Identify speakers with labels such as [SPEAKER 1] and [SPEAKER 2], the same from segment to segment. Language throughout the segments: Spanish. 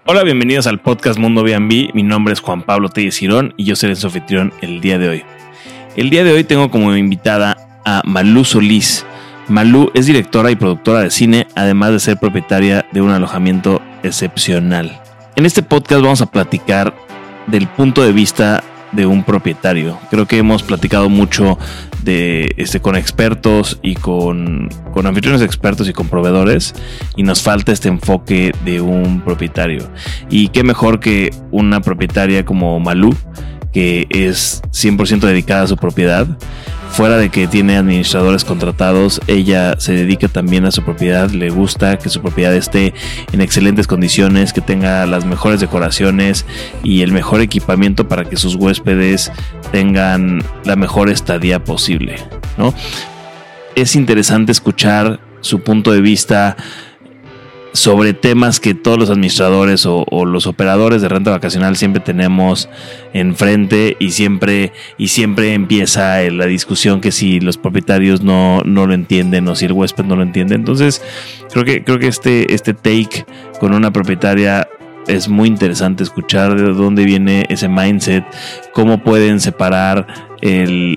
[SPEAKER 1] Hola, bienvenidos al podcast Mundo B&B. Mi nombre es Juan Pablo Telles Girón y yo seré su anfitrión el día de hoy. El día de hoy tengo como invitada a Malú Solís. Malú es directora y productora de cine, además de ser propietaria de un alojamiento excepcional. En este podcast vamos a platicar del punto de vista de un propietario. Creo que hemos platicado mucho con expertos y con anfitriones expertos y con proveedores, y nos falta este enfoque de un propietario. Y qué mejor que una propietaria como Malú, que es 100% dedicada a su propiedad. Fuera de que tiene administradores contratados, ella se dedica también a su propiedad. Le gusta que su propiedad esté en excelentes condiciones, que tenga las mejores decoraciones y el mejor equipamiento para que sus huéspedes tengan la mejor estadía posible, ¿no? Es interesante escuchar su punto de vista sobre temas que todos los administradores o los operadores de renta vacacional siempre tenemos enfrente, y siempre empieza la discusión que si los propietarios no lo entienden o si el huésped no lo entiende. Entonces creo que este take con una propietaria es muy interesante, escuchar de dónde viene ese mindset, cómo pueden separar el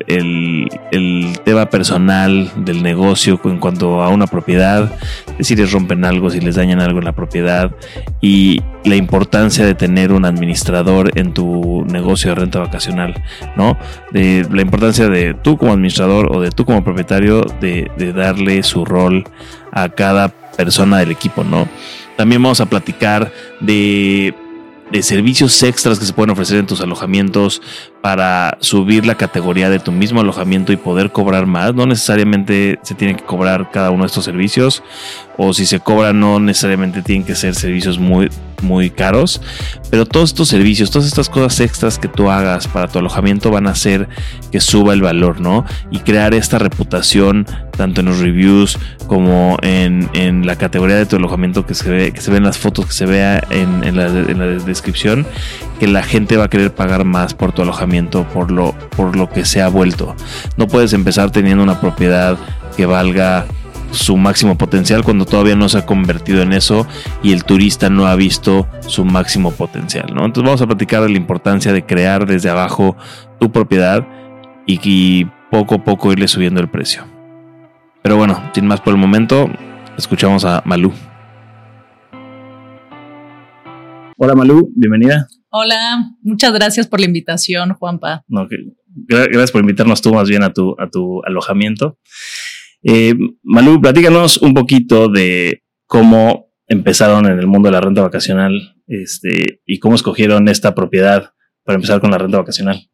[SPEAKER 1] tema personal del negocio en cuanto a una propiedad, si les rompen algo, si les dañan algo en la propiedad, y la importancia de tener un administrador en tu negocio de renta vacacional, ¿no? De la importancia de tú como administrador o de tú como propietario de darle su rol a cada persona del equipo, ¿no? También vamos a platicar de servicios extras que se pueden ofrecer en tus alojamientos para subir la categoría de tu mismo alojamiento y poder cobrar más. No necesariamente se tiene que cobrar cada uno de estos servicios, o si se cobra no necesariamente tienen que ser servicios muy, muy caros, pero todos estos servicios, todas estas cosas extras que tú hagas para tu alojamiento van a hacer que suba el valor, ¿no? Y crear esta reputación tanto en los reviews como en la categoría de tu alojamiento, que se ve en las fotos, que se vea en la descripción, que la gente va a querer pagar más por tu alojamiento por lo que se ha vuelto. No puedes empezar teniendo una propiedad que valga su máximo potencial cuando todavía no se ha convertido en eso y el turista no ha visto su máximo potencial, ¿no? Entonces vamos a platicar de la importancia de crear desde abajo tu propiedad y poco a poco irle subiendo el precio. Pero bueno, sin más por el momento, escuchamos a Malú. Hola Malú, bienvenida.
[SPEAKER 2] Hola, muchas gracias por la invitación, Juanpa.
[SPEAKER 1] No, gracias por invitarnos tú más bien a tu alojamiento. Malú, platícanos un poquito de cómo empezaron en el mundo de la renta vacacional, y cómo escogieron esta propiedad para empezar con la renta vacacional.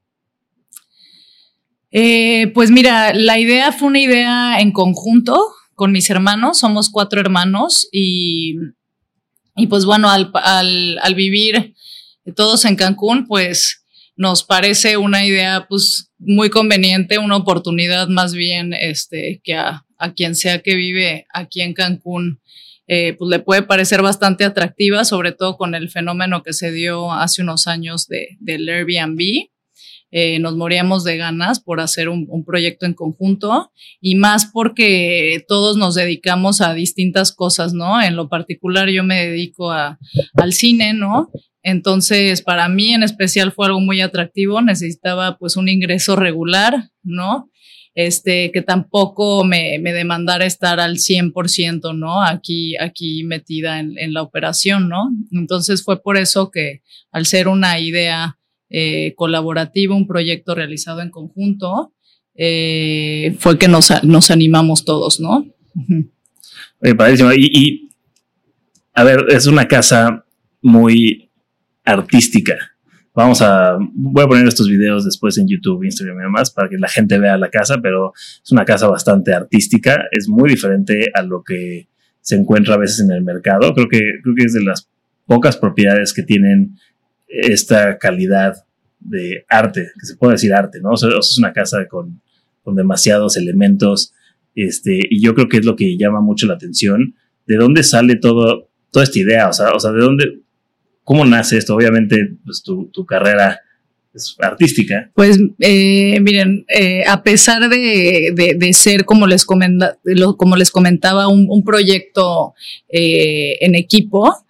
[SPEAKER 2] Pues mira, la idea fue una idea en conjunto con mis hermanos. Somos 4 hermanos y pues bueno, al vivir todos en Cancún, pues nos parece una idea pues muy conveniente, una oportunidad más bien que a quien sea que vive aquí en Cancún pues le puede parecer bastante atractiva, sobre todo con el fenómeno que se dio hace unos años del Airbnb. Nos moríamos de ganas por hacer un proyecto en conjunto, y más porque todos nos dedicamos a distintas cosas, ¿no? En lo particular yo me dedico al cine, ¿no? Entonces para mí en especial fue algo muy atractivo. Necesitaba pues un ingreso regular, ¿no? Que tampoco me demandara estar al 100%, ¿no? Aquí metida en la operación, ¿no? Entonces fue por eso que, al ser una idea colaborativa, un proyecto realizado en conjunto, fue que nos animamos todos, ¿no?
[SPEAKER 1] Padrísimo. Y a ver, es una casa muy artística. Voy a poner estos videos después en YouTube, Instagram y demás para que la gente vea la casa, pero es una casa bastante artística. Es muy diferente a lo que se encuentra a veces en el mercado. Creo que es de las pocas propiedades que tienen esta calidad de arte, que se puede decir arte, ¿no? O sea, es una casa con demasiados elementos, y yo creo que es lo que llama mucho la atención. ¿De dónde sale toda esta idea? O sea, ¿de dónde, cómo nace esto? Obviamente, pues tu carrera es artística.
[SPEAKER 2] Pues miren, a pesar de ser, como les comentaba, un proyecto en equipo,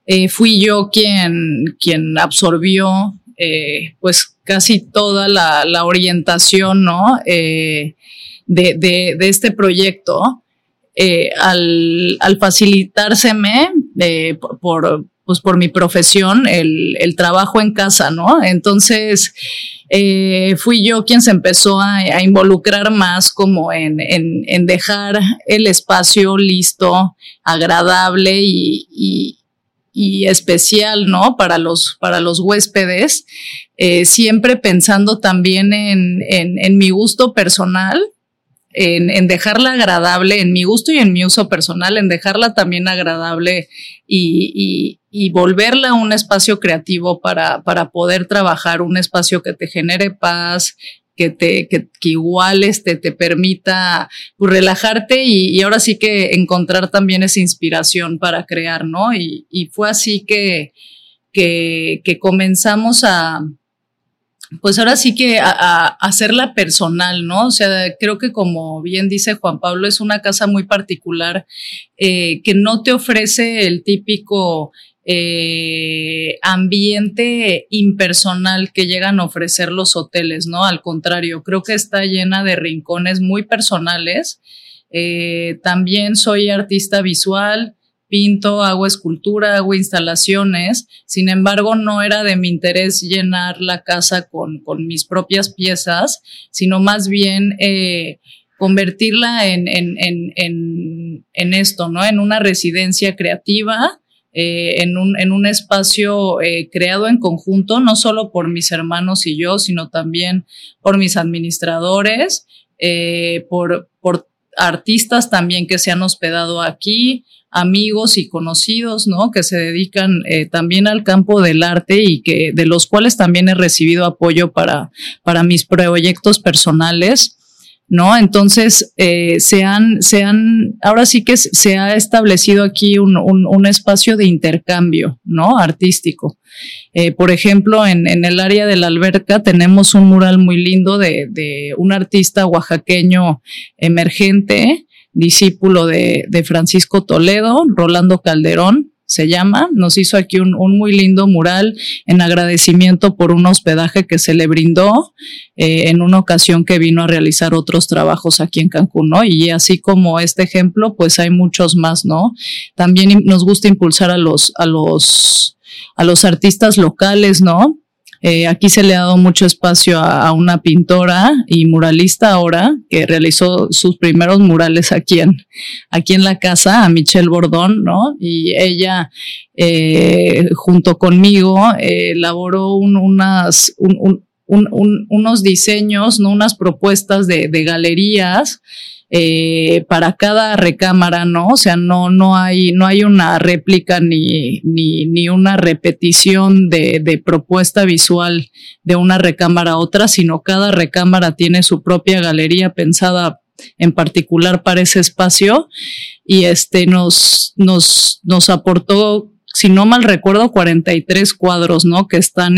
[SPEAKER 2] fui yo quien absorbió pues casi toda la orientación, ¿no? De este proyecto, al facilitárseme por mi profesión el trabajo en casa, ¿no? Entonces fui yo quien se empezó a involucrar más como en dejar el espacio listo, agradable y especial, ¿no? Para los huéspedes, siempre pensando también en mi gusto personal, en dejarla agradable, en mi gusto y en mi uso personal, en dejarla también agradable y volverla un espacio creativo para poder trabajar, un espacio que te genere paz, que igual te permita pues, relajarte y ahora sí que encontrar también esa inspiración para crear, ¿no? Y fue así que comenzamos pues ahora sí que a hacerla personal, ¿no? O sea, creo que como bien dice Juan Pablo, es una casa muy particular que no te ofrece el típico ambiente impersonal que llegan a ofrecer los hoteles, ¿no? Al contrario, creo que está llena de rincones muy personales. También soy artista visual, pinto, hago escultura, hago instalaciones. Sin embargo, no era de mi interés llenar la casa con mis propias piezas, sino más bien convertirla en esto, ¿no? En una residencia creativa, en un espacio creado en conjunto, no solo por mis hermanos y yo, sino también por mis administradores, por artistas también que se han hospedado aquí, amigos y conocidos, ¿no? Que se dedican también al campo del arte y de los cuales también he recibido apoyo para mis proyectos personales, ¿no? Entonces, ahora sí que se ha establecido aquí un espacio de intercambio, ¿no? Artístico. Por ejemplo, en el área de la alberca tenemos un mural muy lindo de un artista oaxaqueño emergente, discípulo de Francisco Toledo, Rolando Calderón se llama. Nos hizo aquí un muy lindo mural en agradecimiento por un hospedaje que se le brindó en una ocasión que vino a realizar otros trabajos aquí en Cancún, ¿no? Y así como este ejemplo, pues hay muchos más, ¿no? También nos gusta impulsar a los artistas locales, ¿no? Aquí se le ha dado mucho espacio a una pintora y muralista ahora que realizó sus primeros murales aquí en la casa, a Michelle Bordón, ¿no? Y ella junto conmigo elaboró unos diseños, ¿no? Unas propuestas de galerías para cada recámara, ¿no? O sea, no hay una réplica ni una repetición de propuesta visual de una recámara a otra, sino cada recámara tiene su propia galería pensada en particular para ese espacio y nos aportó, si no mal recuerdo, 43 cuadros, ¿no? Que están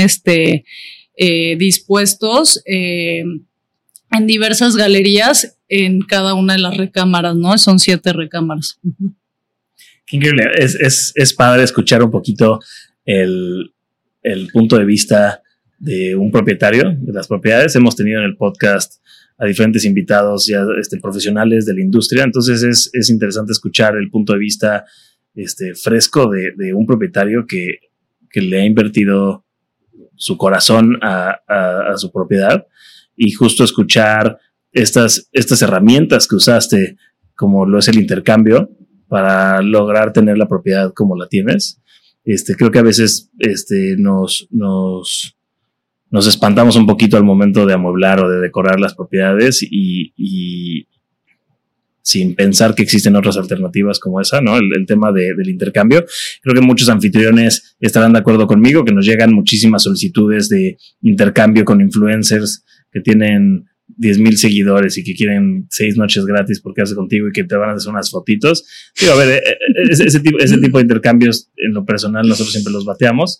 [SPEAKER 2] dispuestos en diversas galerías en cada una de las recámaras, ¿no? Son 7 recámaras.
[SPEAKER 1] Qué increíble. Es padre escuchar un poquito el punto de vista de un propietario de las propiedades. Hemos tenido en el podcast a diferentes invitados ya profesionales de la industria, entonces es interesante escuchar el punto de vista fresco de un propietario que le ha invertido su corazón a su propiedad. Y justo escuchar estas herramientas que usaste, como lo es el intercambio, para lograr tener la propiedad como la tienes. Creo que a veces nos espantamos un poquito al momento de amueblar o de decorar las propiedades y sin pensar que existen otras alternativas como esa, ¿no? El tema del intercambio. Creo que muchos anfitriones estarán de acuerdo conmigo, que nos llegan muchísimas solicitudes de intercambio con influencers que tienen 10,000 seguidores y que quieren 6 noches gratis por quedarse contigo y que te van a hacer unas fotitos. Digo, a ver, ese tipo de intercambios en lo personal nosotros siempre los bateamos.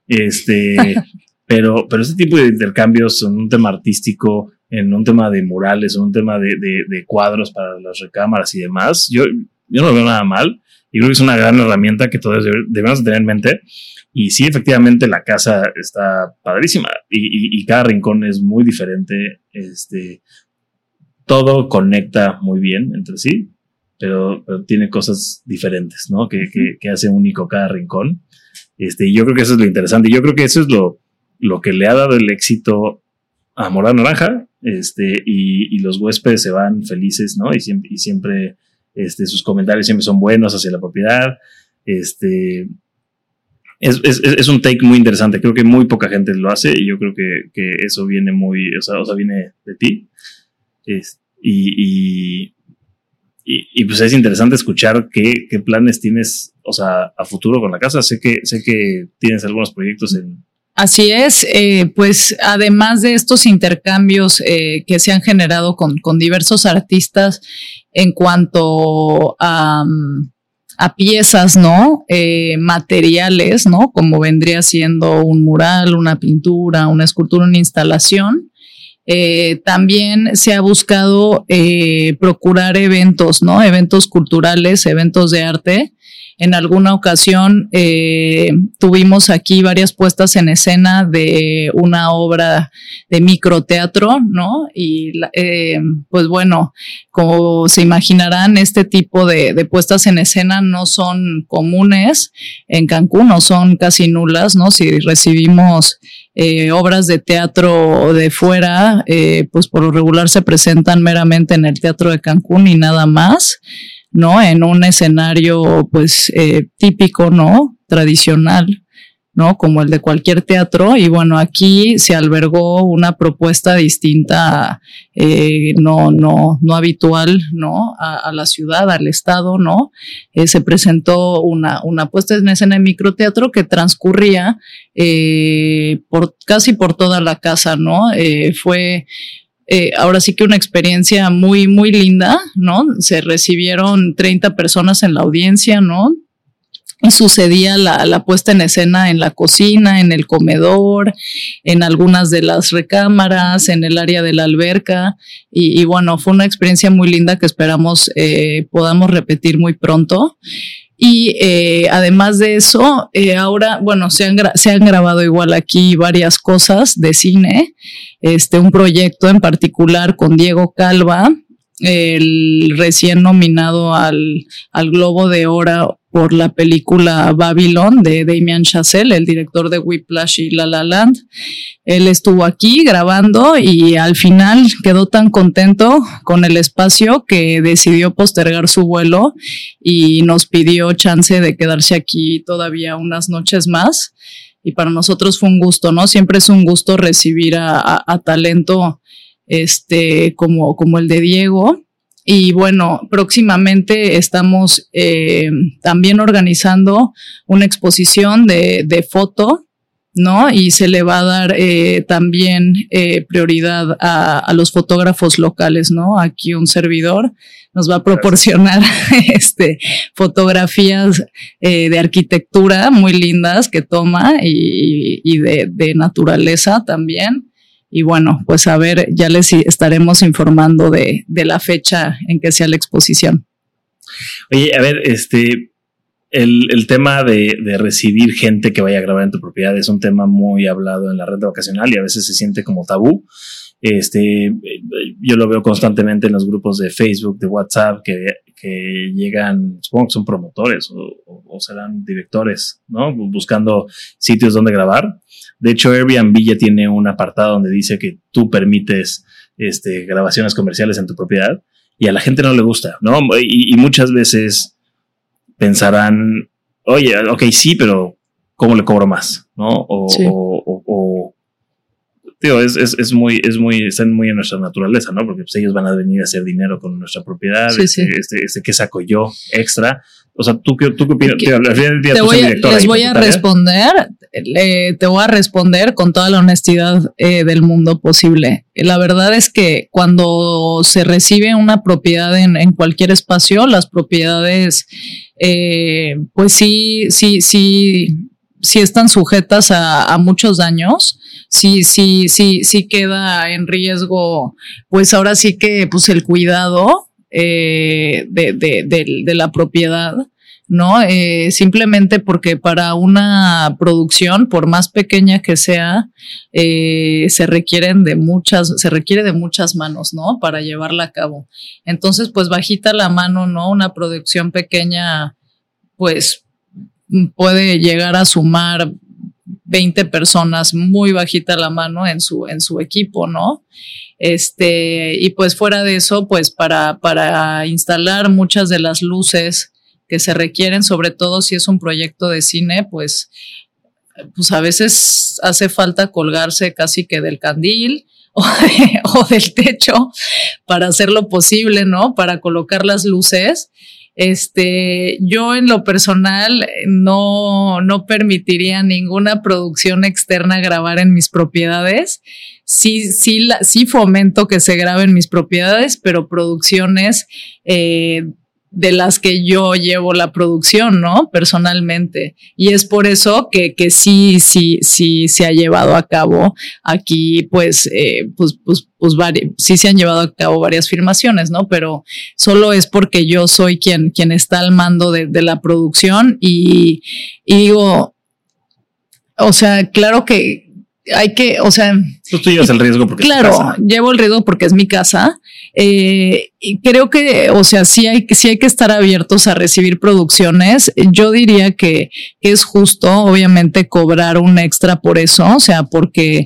[SPEAKER 1] Pero este tipo de intercambios en un tema artístico, en un tema de murales, en un tema de cuadros para las recámaras y demás, yo no veo nada mal. Y creo que es una gran herramienta que todos debemos tener en mente. Y sí, efectivamente, la casa está padrísima y cada rincón es muy diferente. Todo conecta muy bien entre sí, pero tiene cosas diferentes, ¿no? Que hace único cada rincón. Y yo creo que eso es lo interesante. Y yo creo que eso es lo que le ha dado el éxito a Morada Naranja. Y los huéspedes se van felices, ¿no? Y siempre sus comentarios siempre son buenos hacia la propiedad. Es un take muy interesante. Creo que muy poca gente lo hace y yo creo que eso viene muy, o sea, viene de ti. Y pues es interesante escuchar qué planes tienes, o sea, a futuro con la casa. Sé que tienes algunos proyectos en...
[SPEAKER 2] Así es, pues además de estos intercambios que se han generado con diversos artistas en cuanto a piezas, ¿no? Materiales, ¿no? Como vendría siendo un mural, una pintura, una escultura, una instalación. También se ha buscado procurar eventos, ¿no? Eventos culturales, eventos de arte. En alguna ocasión tuvimos aquí varias puestas en escena de una obra de microteatro, ¿no? Y pues bueno, como se imaginarán, este tipo de puestas en escena no son comunes en Cancún, no son casi nulas, ¿no? Si recibimos obras de teatro de fuera, pues por lo regular se presentan meramente en el Teatro de Cancún y nada más, ¿no? En un escenario pues típico, ¿no? Tradicional, ¿no? Como el de cualquier teatro. Y bueno, aquí se albergó una propuesta distinta, no habitual, ¿no? A la ciudad, al estado, ¿no? Se presentó una puesta en escena de microteatro que transcurría casi por toda la casa, ¿no? Fue ahora sí que una experiencia muy, muy linda, ¿no? Se recibieron 30 personas en la audiencia, ¿no? Y sucedía la puesta en escena en la cocina, en el comedor, en algunas de las recámaras, en el área de la alberca. Y bueno, fue una experiencia muy linda que esperamos podamos repetir muy pronto. Y además de eso, ahora, bueno, se han grabado igual aquí varias cosas de cine. Un proyecto en particular con Diego Calva, el recién nominado al Globo de Oro por la película Babylon de Damien Chazelle, el director de Whiplash y La La Land. Él estuvo aquí grabando y al final quedó tan contento con el espacio que decidió postergar su vuelo y nos pidió chance de quedarse aquí todavía unas noches más. Y para nosotros fue un gusto, ¿no? Siempre es un gusto recibir a talento como el de Diego. Y bueno, próximamente estamos también organizando una exposición de foto, ¿no? Y se le va a dar también prioridad a los fotógrafos locales, ¿no? Aquí un servidor nos va a proporcionar fotografías de arquitectura muy lindas que toma y de naturaleza también. Y bueno, pues a ver, ya les estaremos informando de la fecha en que sea la exposición.
[SPEAKER 1] Oye, a ver, el tema de recibir gente que vaya a grabar en tu propiedad es un tema muy hablado en la red vacacional y a veces se siente como tabú. Yo lo veo constantemente en los grupos de Facebook, de WhatsApp, que llegan, supongo que son promotores o serán directores, ¿no? Buscando sitios donde grabar. De hecho, Airbnb ya tiene un apartado donde dice que tú permites grabaciones comerciales en tu propiedad y a la gente no le gusta, ¿no? Y muchas veces pensarán, oye, ok, sí, pero ¿cómo le cobro más? ¿No? Sí. Tío, está muy en nuestra naturaleza, ¿no? Porque pues, ellos van a venir a hacer dinero con nuestra propiedad. Sí. ¿Qué saco yo extra? O sea, ¿tú qué opinas? Tío, al final del día tú eres directora.
[SPEAKER 2] Les voy a responder. Te voy a responder con toda la honestidad del mundo posible. La verdad es que cuando se recibe una propiedad en cualquier espacio, las propiedades, pues sí están sujetas a muchos daños. Sí queda en riesgo, pues ahora sí que pues el cuidado de la propiedad, ¿no? Simplemente porque para una producción, por más pequeña que sea, se requiere de muchas manos, ¿no? Para llevarla a cabo. Entonces, pues bajita la mano, ¿no? Una producción pequeña, pues puede llegar a sumar 20 personas, muy bajita la mano en su equipo, ¿no? Y pues fuera de eso, pues para instalar muchas de las luces que se requieren, sobre todo si es un proyecto de cine, pues a veces hace falta colgarse casi que del candil o del techo para hacer lo posible, ¿no? Para colocar las luces. Yo en lo personal no permitiría ninguna producción externa grabar en mis propiedades. Sí fomento que se grabe en mis propiedades, pero producciones de las que yo llevo la producción, ¿no? Personalmente. Y es por eso que sí se ha llevado a cabo aquí, sí se han llevado a cabo varias filmaciones, ¿no? Pero solo es porque yo soy quien está al mando de la producción y digo, o sea, claro que hay que, o sea...
[SPEAKER 1] Tú llevas el riesgo porque
[SPEAKER 2] claro,
[SPEAKER 1] es tu casa.
[SPEAKER 2] Llevo el riesgo porque es mi casa. Y creo que, o sea, sí hay que estar abiertos a recibir producciones. Yo diría que es justo, obviamente, cobrar un extra por eso, o sea, porque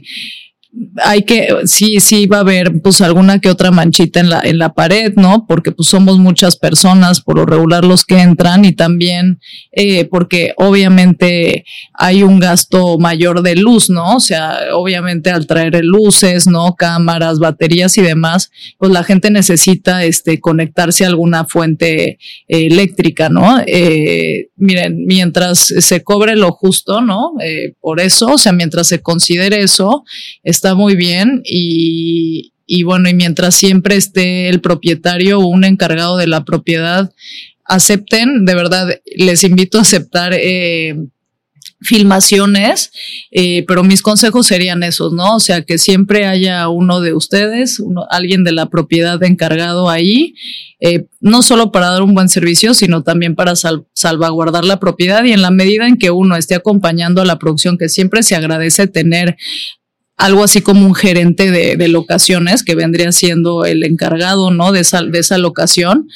[SPEAKER 2] sí va a haber pues alguna que otra manchita en la pared, ¿no? Porque pues somos muchas personas por lo regular los que entran y también porque obviamente hay un gasto mayor de luz, ¿no? O sea, obviamente al traer luces, ¿no? Cámaras, baterías y demás, pues la gente necesita conectarse a alguna fuente eléctrica, ¿no? Miren, mientras se cobre lo justo, ¿no? Por eso, o sea, mientras se considere eso, está muy bien y bueno, y mientras siempre esté el propietario o un encargado de la propiedad, acepten, de verdad, les invito a aceptar filmaciones, pero mis consejos serían esos, ¿no? O sea, que siempre haya uno de ustedes, alguien de la propiedad encargado ahí, no solo para dar un buen servicio, sino también para salvaguardar la propiedad y en la medida en que uno esté acompañando a la producción, que siempre se agradece tener algo así como un gerente de locaciones que vendría siendo el encargado, ¿no? De esa locación.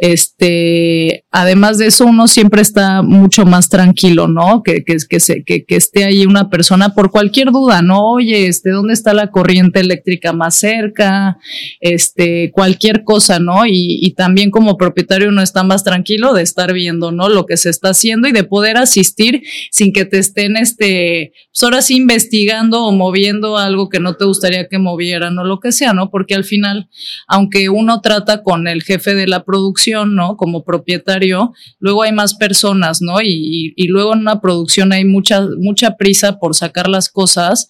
[SPEAKER 2] Además de eso, uno siempre está mucho más tranquilo, ¿no? Que esté ahí una persona por cualquier duda, ¿no? Oye, ¿dónde está la corriente eléctrica más cerca? Cualquier cosa, ¿no? Y también como propietario uno está más tranquilo de estar viendo, ¿no? Lo que se está haciendo y de poder asistir sin que te estén, pues ahora sí investigando o moviendo algo que no te gustaría que movieran o lo que sea, ¿no? Porque al final, aunque uno trata con el jefe de la producción, ¿no? Como propietario, luego hay más personas, ¿no? Y luego en una producción hay mucha prisa por sacar las cosas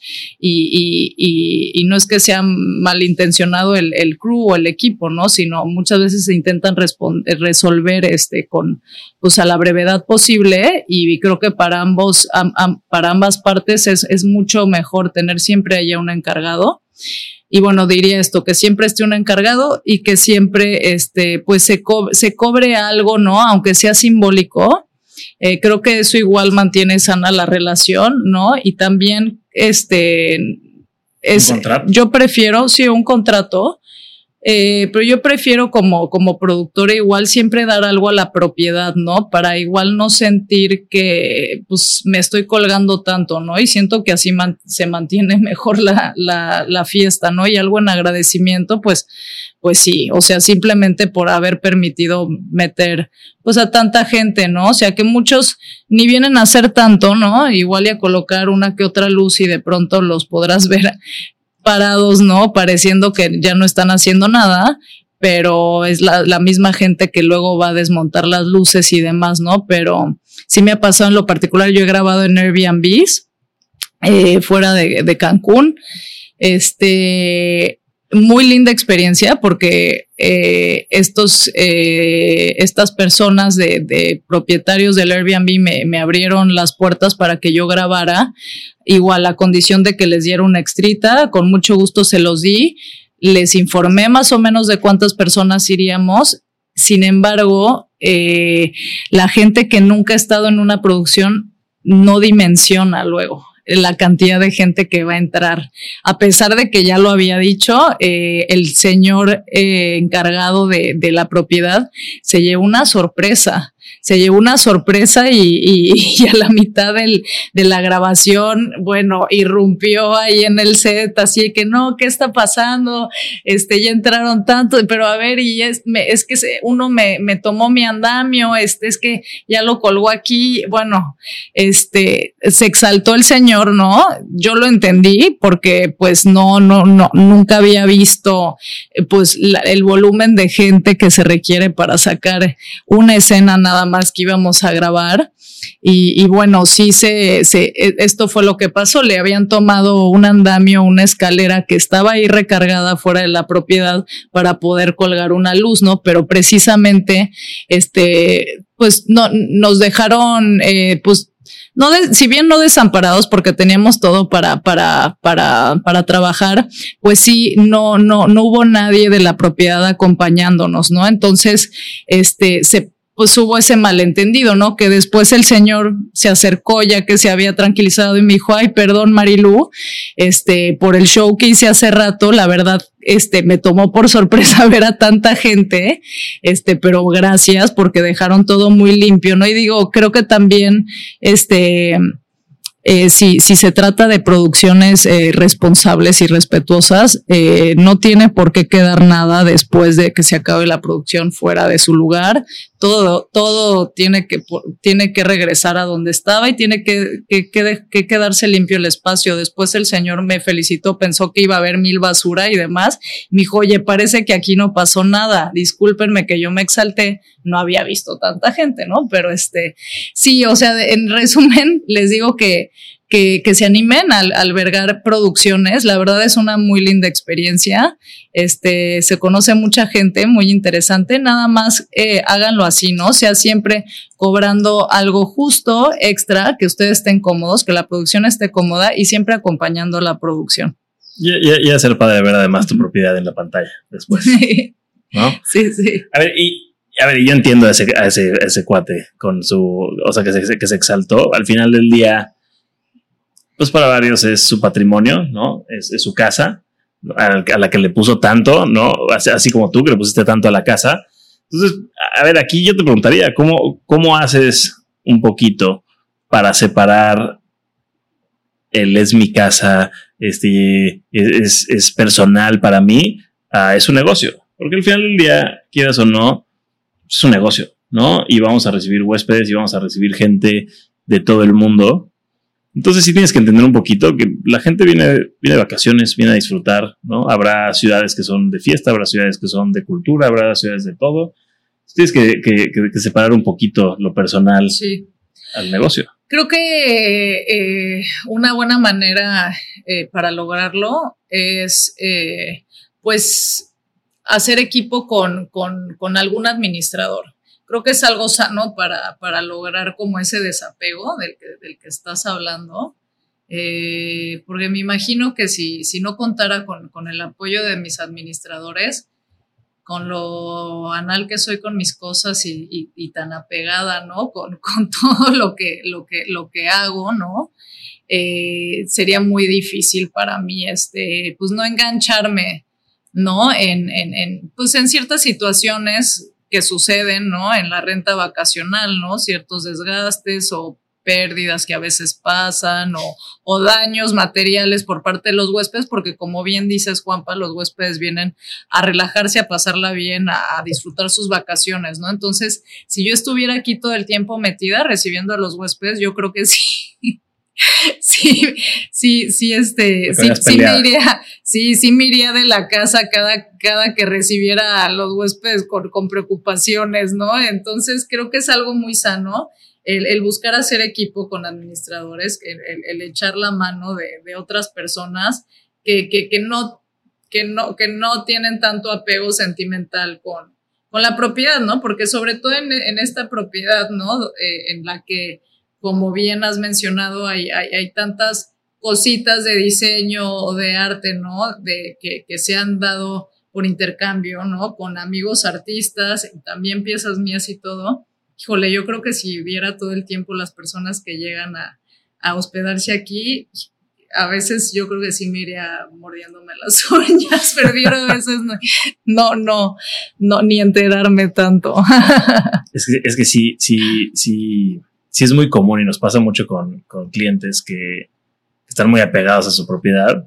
[SPEAKER 2] y no es que sea malintencionado el crew o el equipo, ¿no? Sino muchas veces se intentan resolver pues a la brevedad posible y creo que para ambas partes es mucho mejor tener siempre allá un encargado. Y bueno, diría esto, que siempre esté un encargado y que siempre pues se cobre algo, ¿no? Aunque sea simbólico. Creo que eso igual mantiene sana la relación, ¿no? Y también ¿Un contrato? Yo prefiero, sí, un contrato. Pero yo prefiero como productora igual siempre dar algo a la propiedad, ¿no? Para igual no sentir que pues me estoy colgando tanto, ¿no? Y siento que así se mantiene mejor la fiesta, ¿no? Y algo en agradecimiento, pues sí, o sea, simplemente por haber permitido meter pues a tanta gente, ¿no? O sea, que muchos ni vienen a hacer tanto, ¿no? Igual y a colocar una que otra luz y de pronto los podrás ver parados, ¿no? Pareciendo que ya no están haciendo nada, pero es la misma gente que luego va a desmontar las luces y demás, ¿no? Pero sí me ha pasado en lo particular, yo he grabado en Airbnbs fuera de Cancún, muy linda experiencia porque estas personas de propietarios del Airbnb me abrieron las puertas para que yo grabara, igual a condición de que les diera una extrita, con mucho gusto se los di, les informé más o menos de cuántas personas iríamos. Sin embargo, la gente que nunca ha estado en una producción no dimensiona luego la cantidad de gente que va a entrar. A pesar de que ya lo había dicho, el señor encargado de la propiedad se llevó una sorpresa. Y a la mitad de la grabación, bueno, irrumpió ahí en el set, así que no, ¿qué está pasando? Ya entraron tanto, pero a ver, y es que uno me tomó mi andamio, es que ya lo colgó aquí, bueno, se exaltó el señor, ¿no? Yo lo entendí porque pues no, nunca había visto pues el volumen de gente que se requiere para sacar una escena nada más que íbamos a grabar y bueno, sí esto fue lo que pasó, le habían tomado un andamio, una escalera que estaba ahí recargada fuera de la propiedad para poder colgar una luz, ¿no? Pero precisamente pues no nos dejaron pues si bien no desamparados porque teníamos todo para trabajar, pues sí, no hubo nadie de la propiedad acompañándonos, ¿no? Entonces, pues hubo ese malentendido, ¿no? Que después el señor se acercó ya que se había tranquilizado y me dijo, ay, perdón, Marilu, por el show que hice hace rato, la verdad, me tomó por sorpresa ver a tanta gente, pero gracias porque dejaron todo muy limpio, ¿no? Y digo, creo que también, si se trata de producciones responsables y respetuosas, no tiene por qué quedar nada después de que se acabe la producción fuera de su lugar. Todo tiene que regresar a donde estaba y tiene que quedarse limpio el espacio. Después el señor me felicitó, pensó que iba a haber mil basura y demás. Me dijo, oye, parece que aquí no pasó nada. Discúlpenme que yo me exalté, no había visto tanta gente, ¿no? Pero sí, o sea, en resumen, les digo que se animen a albergar producciones. La verdad es una muy linda experiencia. Se conoce mucha gente, muy interesante. Nada más háganlo así, ¿no? O sea, siempre cobrando algo justo, extra, que ustedes estén cómodos, que la producción esté cómoda y siempre acompañando la producción.
[SPEAKER 1] Y hacer padre ver además tu propiedad en la pantalla después, ¿no?
[SPEAKER 2] Sí.
[SPEAKER 1] A ver, yo entiendo a ese cuate con su, o sea, que se exaltó. Al final del día, pues para varios es su patrimonio, ¿no? Es su casa, a la que le puso tanto, ¿no? Así como tú que le pusiste tanto a la casa. Entonces, a ver, aquí yo te preguntaría, ¿cómo haces un poquito para separar el es mi casa, es personal para mí, es un negocio? Porque al final del día, quieras o no, es un negocio, ¿no? Y vamos a recibir huéspedes y vamos a recibir gente de todo el mundo. Entonces sí tienes que entender un poquito que la gente viene de vacaciones, viene a disfrutar, ¿no? Habrá ciudades que son de fiesta, habrá ciudades que son de cultura, habrá ciudades de todo. Tienes que separar un poquito lo personal al negocio.
[SPEAKER 2] Creo que una buena manera para lograrlo es pues hacer equipo con algún administrador. Creo que es algo sano para lograr como ese desapego del que estás hablando, porque me imagino que si no contara con el apoyo de mis administradores, con lo anal que soy con mis cosas y tan apegada, ¿no? Con todo lo que hago, ¿no? Sería muy difícil para mí, pues no engancharme, ¿no? Pues en ciertas situaciones que suceden, ¿no? En la renta vacacional, ¿no? Ciertos desgastes o pérdidas que a veces pasan o daños materiales por parte de los huéspedes, porque como bien dices, Juanpa, los huéspedes vienen a relajarse, a pasarla bien, a disfrutar sus vacaciones, ¿no? Entonces, si yo estuviera aquí todo el tiempo metida recibiendo a los huéspedes, yo creo que sí. Sí, me iría de la casa cada que recibiera a los huéspedes con preocupaciones, ¿no? Entonces creo que es algo muy sano el buscar hacer equipo con administradores, el echar la mano de otras personas que no tienen tanto apego sentimental con la propiedad, ¿no? Porque sobre todo en esta propiedad, ¿no? En la que, como bien has mencionado, hay tantas cositas de diseño o de arte, ¿no? Que se han dado por intercambio, ¿no? Con amigos artistas, también piezas mías y todo. Híjole, yo creo que si viera todo el tiempo las personas que llegan a hospedarse aquí, a veces yo creo que sí me iría mordiéndome las uñas, pero yo a veces no, ni enterarme tanto.
[SPEAKER 1] Es que sí es muy común y nos pasa mucho con clientes que están muy apegados a su propiedad.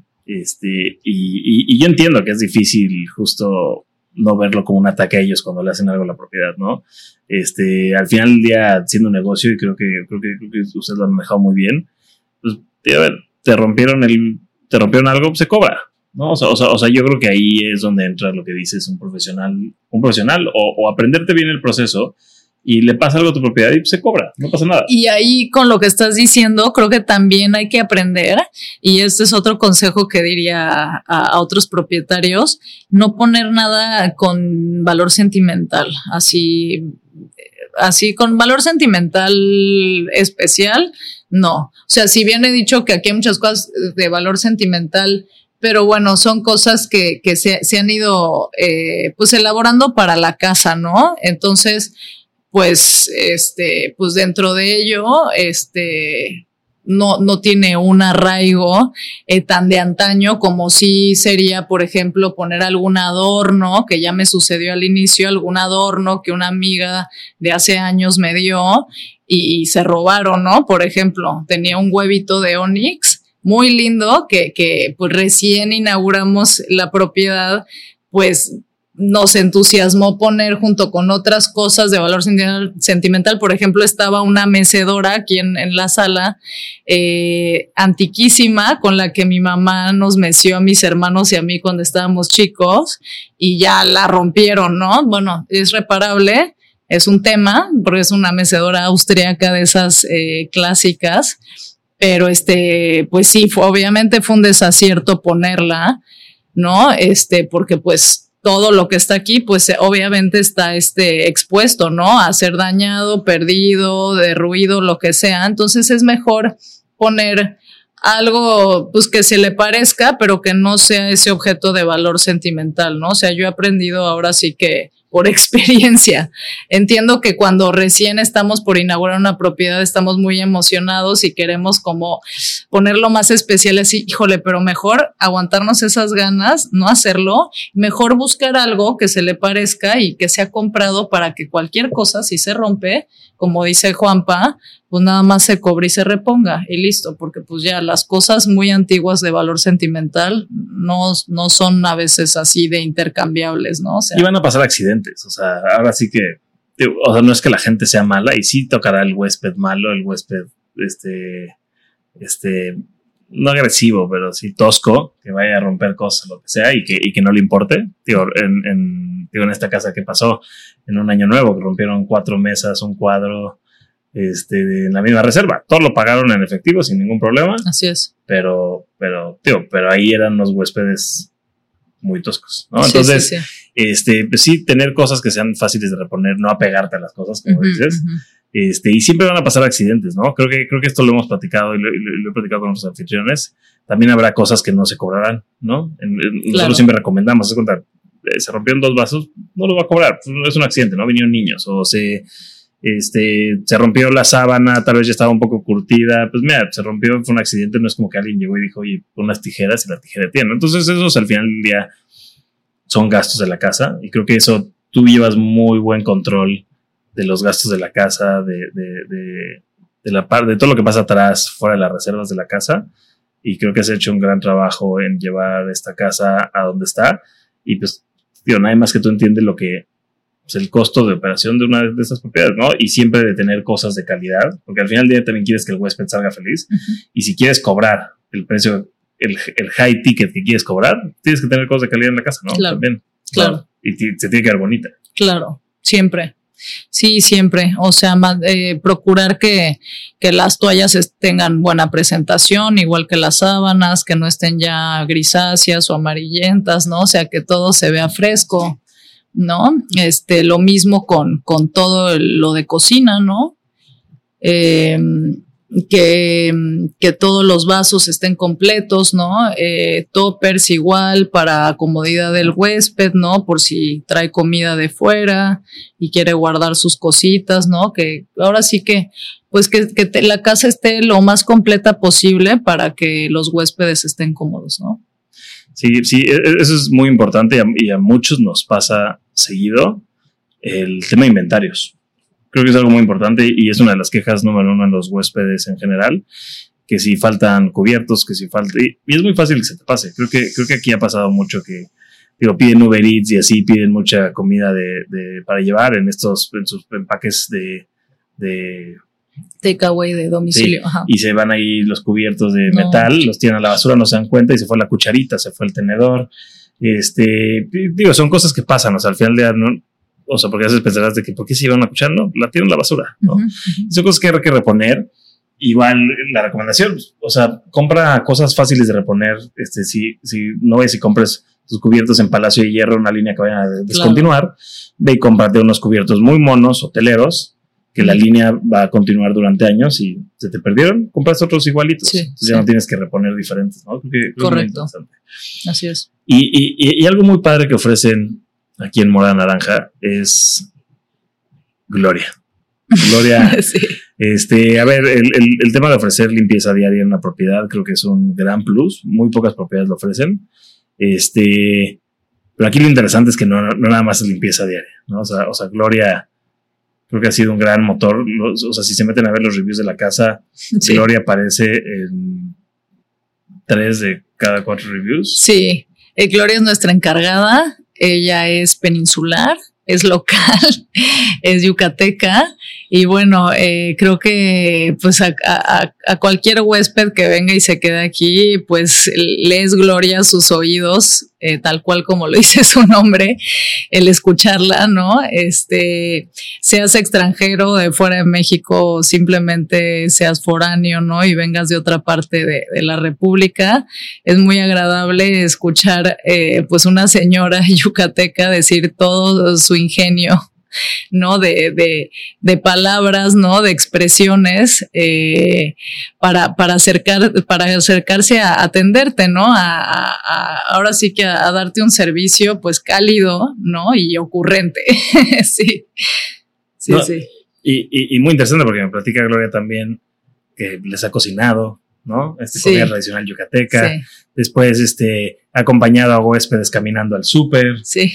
[SPEAKER 1] Y yo entiendo que es difícil justo no verlo como un ataque a ellos cuando le hacen algo a la propiedad, ¿no? Al final del día, siendo un negocio, y creo que ustedes lo han manejado muy bien, pues, a ver, te rompieron algo, pues se cobra, ¿no? O sea, yo creo que ahí es donde entra lo que dices, un profesional o aprenderte bien el proceso, y le pasa algo a tu propiedad y se cobra, no pasa nada.
[SPEAKER 2] Y ahí con lo que estás diciendo, creo que también hay que aprender, y este es otro consejo que diría a otros propietarios, no poner nada con valor sentimental, así con valor sentimental especial, no. O sea, si bien he dicho que aquí hay muchas cosas de valor sentimental, pero bueno, son cosas que se han ido pues elaborando para la casa, ¿no? Entonces, pues dentro de ello, no tiene un arraigo tan de antaño como sí sería, por ejemplo, poner algún adorno, que ya me sucedió al inicio, algún adorno que una amiga de hace años me dio y se robaron, ¿no? Por ejemplo, tenía un huevito de onix muy lindo que pues recién inauguramos la propiedad, pues nos entusiasmó poner junto con otras cosas de valor sentimental. Por ejemplo, estaba una mecedora aquí en la sala, antiquísima, con la que mi mamá nos meció a mis hermanos y a mí cuando estábamos chicos, y ya la rompieron, ¿no? Bueno, es reparable, es un tema, porque es una mecedora austriaca de esas clásicas, pero pues sí, obviamente fue un desacierto ponerla, ¿no? Porque pues todo lo que está aquí, pues obviamente está expuesto, ¿no? A ser dañado, perdido, derruido, lo que sea. Entonces es mejor poner algo pues que se le parezca, pero que no sea ese objeto de valor sentimental, ¿no? O sea, yo he aprendido ahora sí que por experiencia. Entiendo que cuando recién estamos por inaugurar una propiedad estamos muy emocionados y queremos como ponerlo más especial así, híjole, pero mejor aguantarnos esas ganas, no hacerlo, mejor buscar algo que se le parezca y que sea comprado para que cualquier cosa, si se rompe, como dice Juanpa, pues nada más se cobre y se reponga y listo, porque pues ya las cosas muy antiguas de valor sentimental no son a veces así de intercambiables, ¿no? O sea,
[SPEAKER 1] y van a pasar accidentes, o sea, ahora sí que, o sea, no es que la gente sea mala, y sí tocará el huésped malo, el huésped, no agresivo, pero sí tosco, que vaya a romper cosas, lo que sea, y que no le importe. En esta casa que pasó en un año nuevo, que rompieron 4 mesas, un cuadro, en la misma reserva. Todo lo pagaron en efectivo sin ningún problema.
[SPEAKER 2] Así es.
[SPEAKER 1] Pero ahí eran los huéspedes muy toscos, ¿no? Entonces, sí. Pues sí, tener cosas que sean fáciles de reponer, no apegarte a las cosas, como dices. Y siempre van a pasar accidentes, ¿no? Creo que esto lo hemos platicado y lo he platicado con nuestros anfitriones. También habrá cosas que no se cobrarán, ¿no? Nosotros siempre recomendamos, se rompieron 2 vasos, no lo va a cobrar, es un accidente, ¿no? Vinieron niños, o se rompió la sábana, tal vez ya estaba un poco curtida, pues mira, se rompió, fue un accidente, no es como que alguien llegó y dijo, oye, pon unas tijeras y la tijera tiene. Entonces esos al final del día son gastos de la casa, y creo que eso tú llevas muy buen control de los gastos de la casa, de todo lo que pasa atrás, fuera de las reservas de la casa, y creo que has hecho un gran trabajo en llevar esta casa a donde está, y pues, nadie más que tú entiende lo que pues, el costo de operación de una de estas propiedades, ¿no? Y siempre de tener cosas de calidad, porque al final del día también quieres que el huésped salga feliz, y si quieres cobrar el precio, el high ticket que quieres cobrar, tienes que tener cosas de calidad en la casa, ¿no?
[SPEAKER 2] Claro,
[SPEAKER 1] también.
[SPEAKER 2] claro.
[SPEAKER 1] Y se tiene que ver bonita.
[SPEAKER 2] Claro, siempre. Sí, siempre. O sea, procurar que las toallas tengan buena presentación, igual que las sábanas, que no estén ya grisáceas o amarillentas, ¿no? O sea, que todo se vea fresco, ¿no? Lo mismo con todo lo de cocina, ¿no? que todos los vasos estén completos, ¿no? Toppers igual para comodidad del huésped, ¿no? Por si trae comida de fuera y quiere guardar sus cositas, ¿no? Que ahora sí que, pues que la casa esté lo más completa posible para que los huéspedes estén cómodos, ¿no?
[SPEAKER 1] Sí, eso es muy importante y a muchos nos pasa seguido el tema de inventarios. Creo que es algo muy importante y es una de las quejas número uno en los huéspedes en general, que si faltan cubiertos, que si falta... Y es muy fácil que se te pase. Creo que aquí ha pasado mucho que piden Uber Eats y así piden mucha comida para llevar en sus empaques de
[SPEAKER 2] takeaway de domicilio.
[SPEAKER 1] Sí,
[SPEAKER 2] ajá.
[SPEAKER 1] y se van ahí los cubiertos de metal, los tiran a la basura, no se dan cuenta y se fue la cucharita, se fue el tenedor. Son cosas que pasan, o sea, al final del día no... O sea, porque a veces pensarás de que ¿por qué se iban a cuchar? No, la tiran a la basura, ¿no? Son cosas que hay que reponer. Igual la recomendación, o sea, compra cosas fáciles de reponer. Si no ves y compres tus cubiertos en Palacio de Hierro, una línea que vayan a descontinuar, ve y cómprate unos cubiertos muy monos, hoteleros, que la línea va a continuar durante años y se te perdieron, compras otros igualitos.
[SPEAKER 2] Sí,
[SPEAKER 1] entonces ya no tienes que reponer diferentes, ¿no?
[SPEAKER 2] Correcto. Así es.
[SPEAKER 1] Y algo muy padre que ofrecen aquí en Mora Naranja es Gloria. Gloria, sí. A ver, el tema de ofrecer limpieza diaria en una propiedad creo que es un gran plus. Muy pocas propiedades lo ofrecen. Pero aquí lo interesante es que no nada más es limpieza diaria, ¿no? O sea, Gloria creo que ha sido un gran motor. O sea, si se meten a ver los reviews de la casa, sí. Gloria aparece en 3 de cada 4 reviews.
[SPEAKER 2] Sí, Gloria es nuestra encargada. Ella es peninsular, es local, es yucateca y bueno, creo que pues a cualquier huésped que venga y se quede aquí, pues le es gloria a sus oídos, tal cual como lo dice su nombre, el escucharla, ¿no? Seas extranjero de fuera de México, simplemente seas foráneo, ¿no? Y vengas de otra parte de la República, es muy agradable escuchar pues una señora yucateca decir todo su ingenio, ¿no? De palabras, ¿no? De expresiones para acercarse a atenderte, ¿no? Ahora sí que a darte un servicio pues cálido, ¿no? Y ocurrente. Sí.
[SPEAKER 1] Y muy interesante porque me platica Gloria también que les ha cocinado, ¿no? Comida tradicional yucateca. Sí. Después, ha acompañado a huéspedes caminando al súper.
[SPEAKER 2] Sí.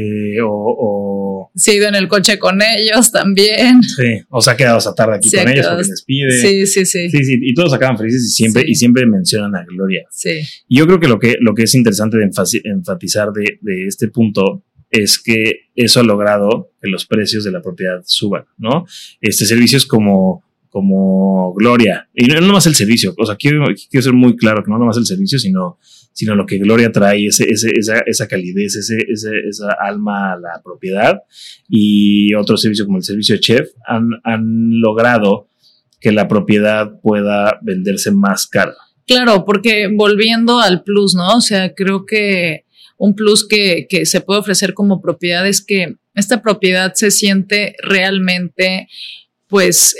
[SPEAKER 1] Sí,
[SPEAKER 2] he ido en el coche con ellos también.
[SPEAKER 1] Sí, o se ha quedado esa tarde aquí con ellos porque les pide.
[SPEAKER 2] Sí.
[SPEAKER 1] Y todos acaban felices y siempre mencionan a Gloria.
[SPEAKER 2] Sí.
[SPEAKER 1] Y yo creo que lo que es interesante de enfatizar de este punto es que eso ha logrado que los precios de la propiedad suban, ¿no? Servicios como Gloria, y no nomás el servicio, o sea, quiero ser muy claro que no nomás el servicio, sino lo que Gloria trae, esa calidez, esa alma a la propiedad, y otro servicio como el servicio de chef han logrado que la propiedad pueda venderse más cara.
[SPEAKER 2] Claro, porque volviendo al plus, ¿no? O sea, creo que un plus que se puede ofrecer como propiedad es que esta propiedad se siente realmente pues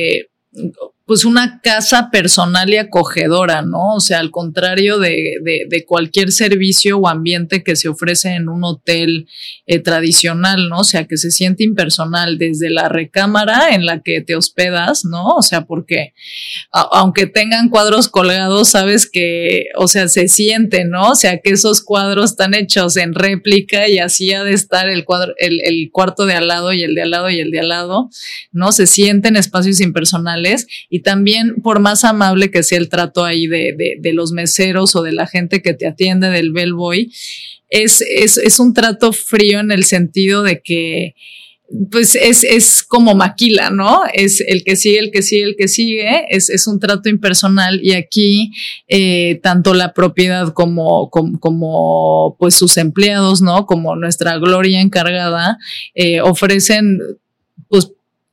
[SPEAKER 2] una casa personal y acogedora, ¿no? O sea, al contrario de cualquier servicio o ambiente que se ofrece en un hotel tradicional, ¿no? O sea, que se siente impersonal desde la recámara en la que te hospedas, ¿no? O sea, porque aunque tengan cuadros colgados, sabes que, o sea, se siente, ¿no? O sea, que esos cuadros están hechos en réplica y así ha de estar el cuarto de al lado y el de al lado y el de al lado, ¿no? Se sienten espacios impersonales y también por más amable que sea el trato ahí de los meseros o de la gente que te atiende, del bellboy, es un trato frío en el sentido de que pues es como maquila, ¿no? Es el que sigue, es un trato impersonal y aquí tanto la propiedad como pues sus empleados, ¿no? Como nuestra Gloria encargada ofrecen pues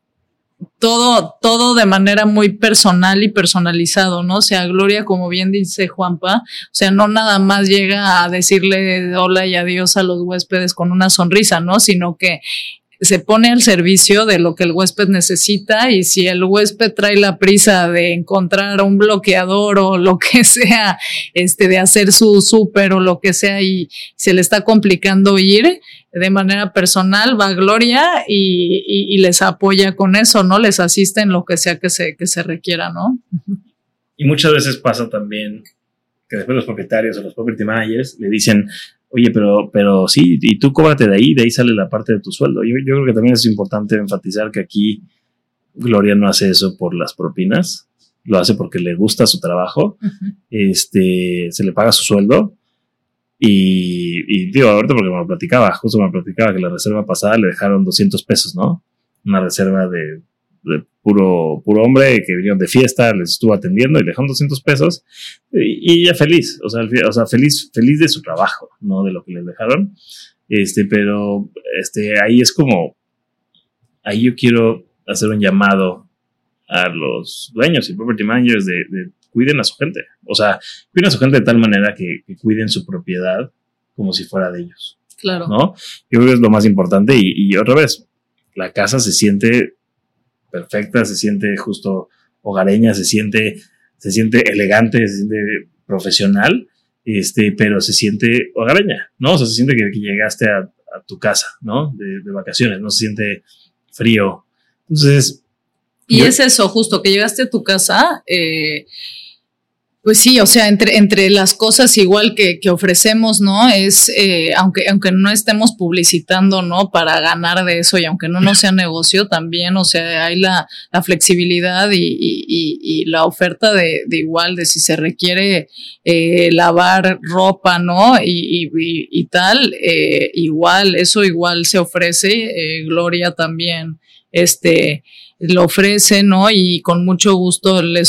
[SPEAKER 2] todo de manera muy personal y personalizado, ¿no? O sea, Gloria, como bien dice Juanpa, o sea, no nada más llega a decirle hola y adiós a los huéspedes con una sonrisa, ¿no? Sino que se pone al servicio de lo que el huésped necesita, y si el huésped trae la prisa de encontrar un bloqueador o lo que sea, de hacer su súper o lo que sea, y se le está complicando ir, de manera personal va Gloria y les apoya con eso, ¿no? Les asiste en lo que sea que se requiera, ¿no?
[SPEAKER 1] Y muchas veces pasa también que después los propietarios o los property managers le dicen, oye, pero sí, y tú cóbrate de ahí sale la parte de tu sueldo. Yo creo que también es importante enfatizar que aquí Gloria no hace eso por las propinas, lo hace porque le gusta su trabajo, se le paga su sueldo. Y digo, ahorita porque justo me platicaba que la reserva pasada le dejaron 200 pesos, ¿no? Una reserva de puro hombre que vinieron de fiesta, les estuvo atendiendo y le dejaron 200 pesos y ella feliz, o sea, feliz de su trabajo, no de lo que les dejaron. Pero ahí es como, ahí yo quiero hacer un llamado a los dueños y property managers de cuiden a su gente. O sea, cuiden a su gente de tal manera que cuiden su propiedad como si fuera de ellos.
[SPEAKER 2] Claro.
[SPEAKER 1] ¿No? Yo creo que es lo más importante. Y otra vez, la casa se siente perfecta, se siente justo hogareña, se siente elegante, se siente profesional, pero se siente hogareña, ¿no? O sea, se siente que llegaste a tu casa, ¿no? De vacaciones, no se siente frío. Entonces...
[SPEAKER 2] Y es eso, justo, que llegaste a tu casa, pues sí, o sea, entre las cosas igual que ofrecemos, ¿no? Es, aunque no estemos publicitando, ¿no? Para ganar de eso, y aunque no sea negocio también, o sea, hay la flexibilidad y la oferta de igual, de si se requiere lavar ropa, ¿no? Y tal, igual, eso igual se ofrece, Gloria también, lo ofrece, ¿no? Y con mucho gusto les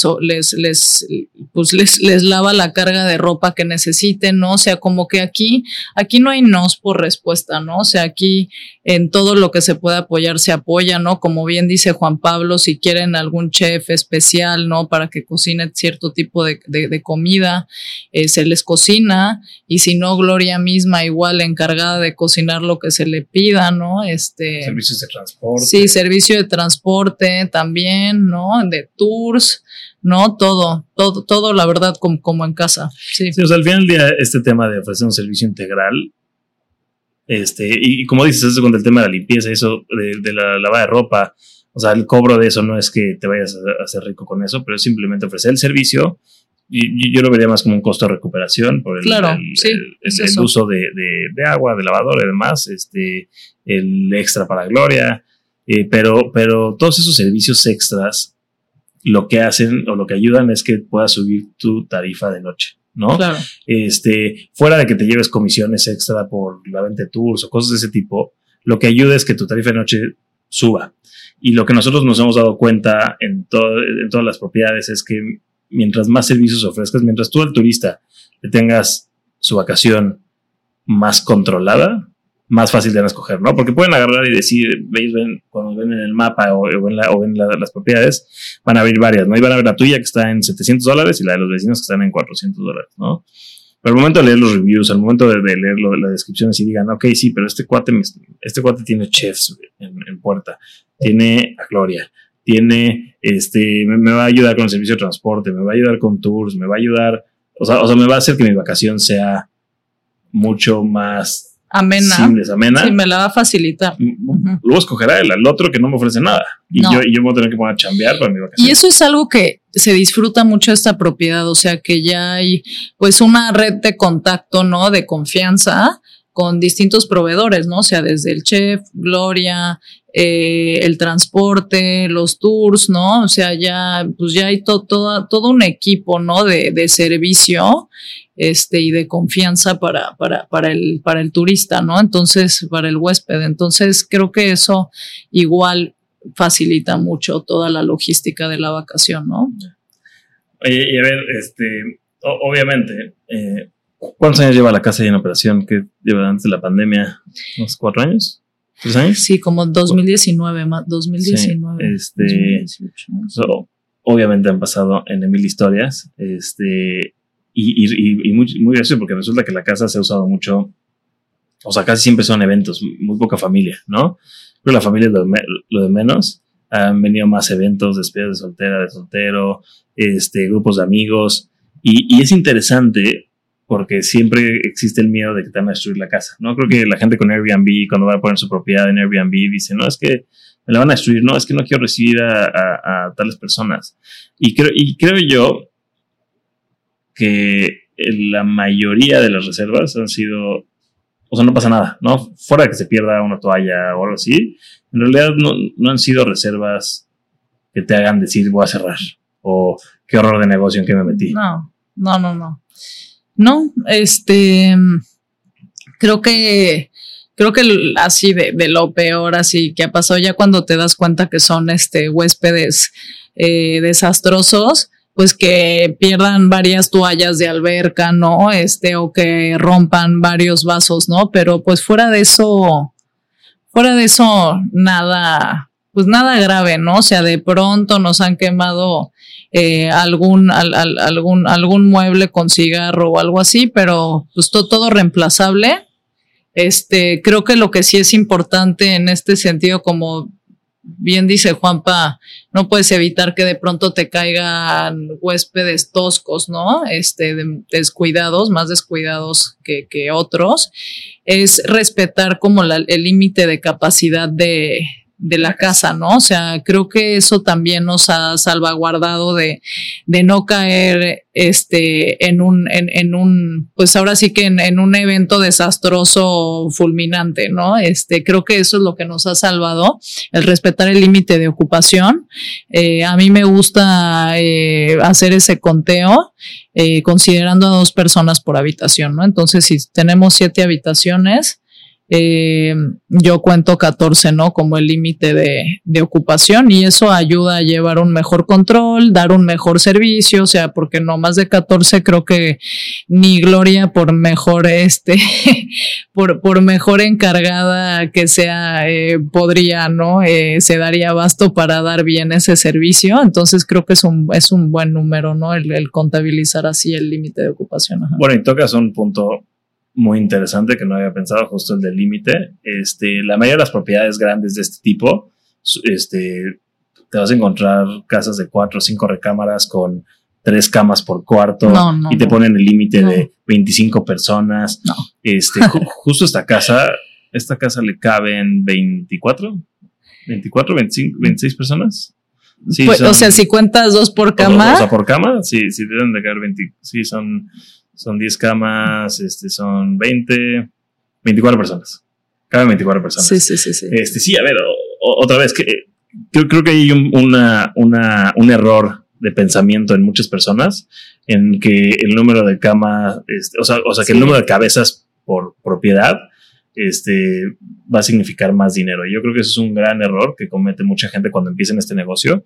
[SPEAKER 2] lava la carga de ropa que necesiten, ¿no? O sea, como que aquí no hay nos por respuesta, ¿no? O sea, aquí en todo lo que se puede apoyar se apoya, ¿no? Como bien dice Juan Pablo, si quieren algún chef especial, ¿no? Para que cocine cierto tipo de comida, se les cocina, y si no, Gloria misma igual encargada de cocinar lo que se le pida, ¿no?
[SPEAKER 1] Servicios de transporte.
[SPEAKER 2] Sí, servicio de transporte también, ¿no? De tours, ¿no? Todo, la verdad, como en casa. Sí.
[SPEAKER 1] Sí, o sea, al final del día, este tema de ofrecer un servicio integral, y como dices, con el tema de la limpieza, eso, de la lavada de ropa, o sea, el cobro de eso no es que te vayas a hacer rico con eso, pero es simplemente ofrecer el servicio. Y yo lo vería más como un costo de recuperación por el uso de agua, de lavadora y demás, el extra para Gloria. Pero todos esos servicios extras lo que hacen o lo que ayudan es que puedas subir tu tarifa de noche, ¿no?
[SPEAKER 2] Claro.
[SPEAKER 1] Fuera de que te lleves comisiones extra por la venta de tours o cosas de ese tipo, lo que ayuda es que tu tarifa de noche suba. Y lo que nosotros nos hemos dado cuenta en todas las propiedades es que mientras más servicios ofrezcas, mientras tú al turista le tengas su vacación más controlada, más fácil de escoger, ¿no? Porque pueden agarrar y decir, cuando ven en el mapa o ven las propiedades, van a abrir varias, ¿no? Y van a ver la tuya que está en $700 y la de los vecinos que están en $400, ¿no? Pero al momento de leer los reviews, al momento de leer las descripciones y digan, ok, sí, pero este cuate tiene chefs en puerta, tiene a Gloria, tiene, me va a ayudar con el servicio de transporte, me va a ayudar con tours, me va a ayudar, o sea, me va a hacer que mi vacación sea mucho más
[SPEAKER 2] amena. Sí, me la va a facilitar.
[SPEAKER 1] Luego escogerá al otro que no me ofrece nada. Y yo me voy a tener que poner a chambear para mi vacación.
[SPEAKER 2] Y eso es algo que se disfruta mucho de esta propiedad. O sea, que ya hay pues una red de contacto, ¿no? De confianza con distintos proveedores, ¿no? O sea, desde el chef, Gloria, el transporte, los tours, ¿no? O sea, ya hay todo un equipo, ¿no? De servicio, y de confianza para el turista, ¿no? Entonces, para el huésped. Entonces, creo que eso igual facilita mucho toda la logística de la vacación, ¿no?
[SPEAKER 1] Y a ver, obviamente, ¿cuántos años lleva la casa ya en operación? ¿Qué lleva antes de la pandemia? ¿Unos 4 años? ¿3 años?
[SPEAKER 2] Sí, como 2019, 2019.
[SPEAKER 1] Sí, 2018. Obviamente han pasado en mil historias, y muy gracioso porque resulta que la casa se ha usado mucho, o sea, casi siempre son eventos, muy poca familia, ¿no? que la familia es lo de menos. Han venido más eventos, despedidas de soltera, de soltero, grupos de amigos. Y es interesante porque siempre existe el miedo de que te van a destruir la casa, ¿no? Creo que la gente con Airbnb, cuando va a poner su propiedad en Airbnb, dice, no, es que me la van a destruir, no, es que no quiero recibir a tales personas. Y creo yo que la mayoría de las reservas han sido, o sea, no pasa nada, ¿no? Fuera de que se pierda una toalla o algo así, en realidad no han sido reservas que te hagan decir voy a cerrar o qué horror de negocio en que me metí.
[SPEAKER 2] No. No, creo que así de lo peor, así que ha pasado ya cuando te das cuenta que son huéspedes desastrosos, pues que pierdan varias toallas de alberca, ¿no? O que rompan varios vasos, ¿no? Pero pues fuera de eso nada, pues nada grave, ¿no? O sea, de pronto nos han quemado algún mueble con cigarro o algo así, pero pues todo reemplazable. Creo que lo que sí es importante en este sentido, como bien dice Juanpa, no puedes evitar que de pronto te caigan huéspedes toscos, ¿no? Descuidados, más descuidados que otros. Es respetar como el límite de capacidad de la casa, ¿no? O sea, creo que eso también nos ha salvaguardado de no caer en un pues ahora sí que en un evento desastroso fulminante, ¿no? Creo que eso es lo que nos ha salvado, el respetar el límite de ocupación. A mí me gusta hacer ese conteo considerando a 2 personas por habitación, ¿no? Entonces, si tenemos 7 habitaciones, yo cuento 14, ¿no? Como el límite de ocupación, y eso ayuda a llevar un mejor control, dar un mejor servicio, o sea, porque no más de 14 creo que ni Gloria por mejor por mejor encargada que sea podría, ¿no? Se daría abasto para dar bien ese servicio. Entonces creo que es un buen número, ¿no? El contabilizar así el límite de ocupación. Ajá.
[SPEAKER 1] Bueno, y tocas un punto muy interesante que no había pensado, justo el del límite. La mayoría de las propiedades grandes de este tipo, te vas a encontrar casas de 4 o 5 recámaras con 3 camas por cuarto, y te ponen el límite de 25 personas.
[SPEAKER 2] No.
[SPEAKER 1] Justo esta casa le caben 24, 25, 26 personas. Sí,
[SPEAKER 2] pues, o sea, si cuentas 2 por cama.
[SPEAKER 1] O sea, por cama, sí deben de caer 20, sí, son 10 camas, son 24 personas. Caben 24 personas.
[SPEAKER 2] Sí.
[SPEAKER 1] Sí, a ver, otra vez, creo que hay un error de pensamiento en muchas personas, en que el número de camas, o sea que el número de cabezas por propiedad, va a significar más dinero. Yo creo que eso es un gran error que comete mucha gente cuando empieza en este negocio,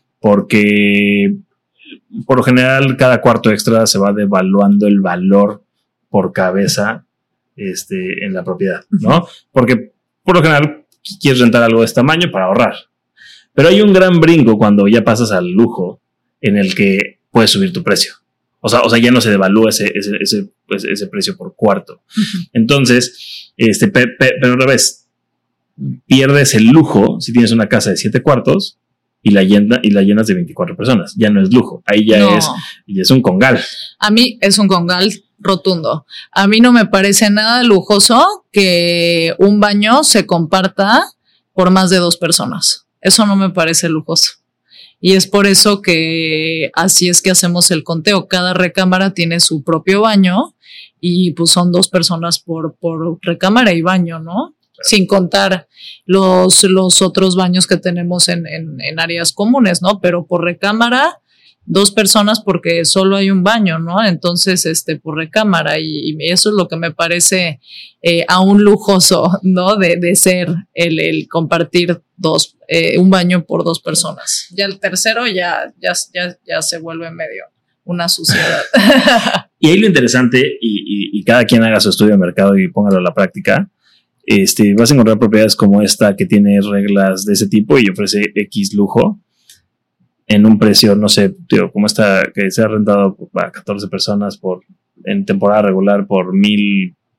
[SPEAKER 1] porque por lo general cada cuarto extra se va devaluando el valor por cabeza en la propiedad, ¿no? Porque por lo general quieres rentar algo de este tamaño para ahorrar. Pero hay un gran brinco cuando ya pasas al lujo, en el que puedes subir tu precio. O sea, ya no se devalúa ese precio por cuarto. Entonces, pero al revés, pierdes el lujo si tienes una casa de 7 cuartos y la llenas de 24 personas. Ya no es lujo, ahí ya es un congal.
[SPEAKER 2] A mí es un congal rotundo. A mí no me parece nada lujoso que un baño se comparta por más de 2 personas. Eso no me parece lujoso. Y es por eso que así es que hacemos el conteo. Cada recámara tiene su propio baño y pues son 2 personas por recámara y baño, ¿no? Sin contar los otros baños que tenemos en áreas comunes, ¿no? Pero por recámara, 2 personas porque solo hay un baño, ¿no? Entonces, por recámara, y eso es lo que me parece aún lujoso, ¿no? De ser el compartir un baño por 2 personas. Ya el tercero ya se vuelve medio una suciedad.
[SPEAKER 1] Y ahí lo interesante, y cada quien haga su estudio de mercado y póngalo a la práctica. Vas a encontrar propiedades como esta que tiene reglas de ese tipo y ofrece X lujo en un precio, no sé, como esta que se ha rentado a 14 personas en temporada regular por $1,300,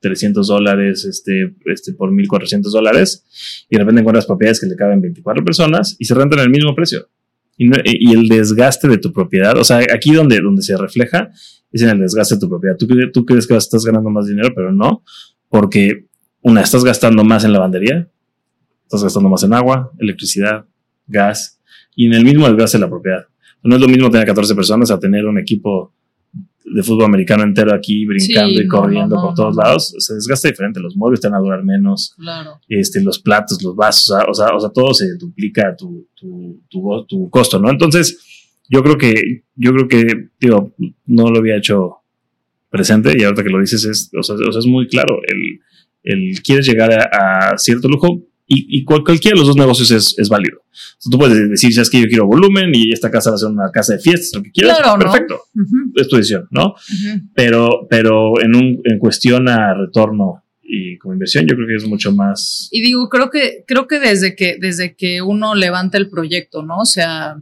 [SPEAKER 1] $300, por $1,400, y de repente encuentras propiedades que le caben 24 personas y se rentan al mismo precio. Y el desgaste de tu propiedad, o sea, aquí donde se refleja es en el desgaste de tu propiedad. Tú crees que estás ganando más dinero, pero no, porque estás gastando más en lavandería, estás gastando más en agua, electricidad, gas, y en el mismo desgaste de la propiedad. No es lo mismo tener 14 personas a tener un equipo de fútbol americano entero aquí brincando y corriendo por todos lados. Se desgasta diferente, los muebles te van a durar menos,
[SPEAKER 2] claro.
[SPEAKER 1] Los platos, los vasos, o sea, todo se duplica tu costo, ¿no? Entonces, yo creo que, digo, no lo había hecho presente, y ahorita que lo dices es muy claro, el quieres llegar a cierto lujo, y cualquiera de los dos negocios es válido. O sea, tú puedes decir, sabes que yo quiero volumen y esta casa va a ser una casa de fiestas, lo que quieras,
[SPEAKER 2] claro,
[SPEAKER 1] perfecto, ¿no? Es tu decisión, ¿no? Pero en cuestión a retorno y como inversión, yo creo que es mucho más.
[SPEAKER 2] Y digo, creo que desde que uno levanta el proyecto, ¿no? O sea,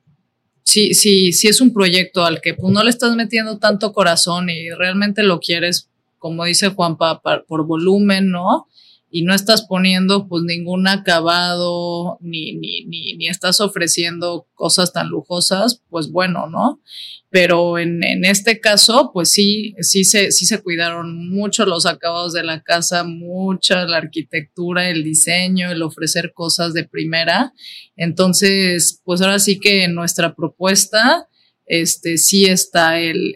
[SPEAKER 2] si es un proyecto al que pues, no le estás metiendo tanto corazón y realmente lo quieres, como dice Juanpa, por volumen, ¿no? Y no estás poniendo pues ningún acabado ni estás ofreciendo cosas tan lujosas, pues bueno, ¿no? Pero en este caso, pues sí se cuidaron mucho los acabados de la casa, mucha la arquitectura, el diseño, el ofrecer cosas de primera. Entonces, pues ahora sí que en nuestra propuesta sí está el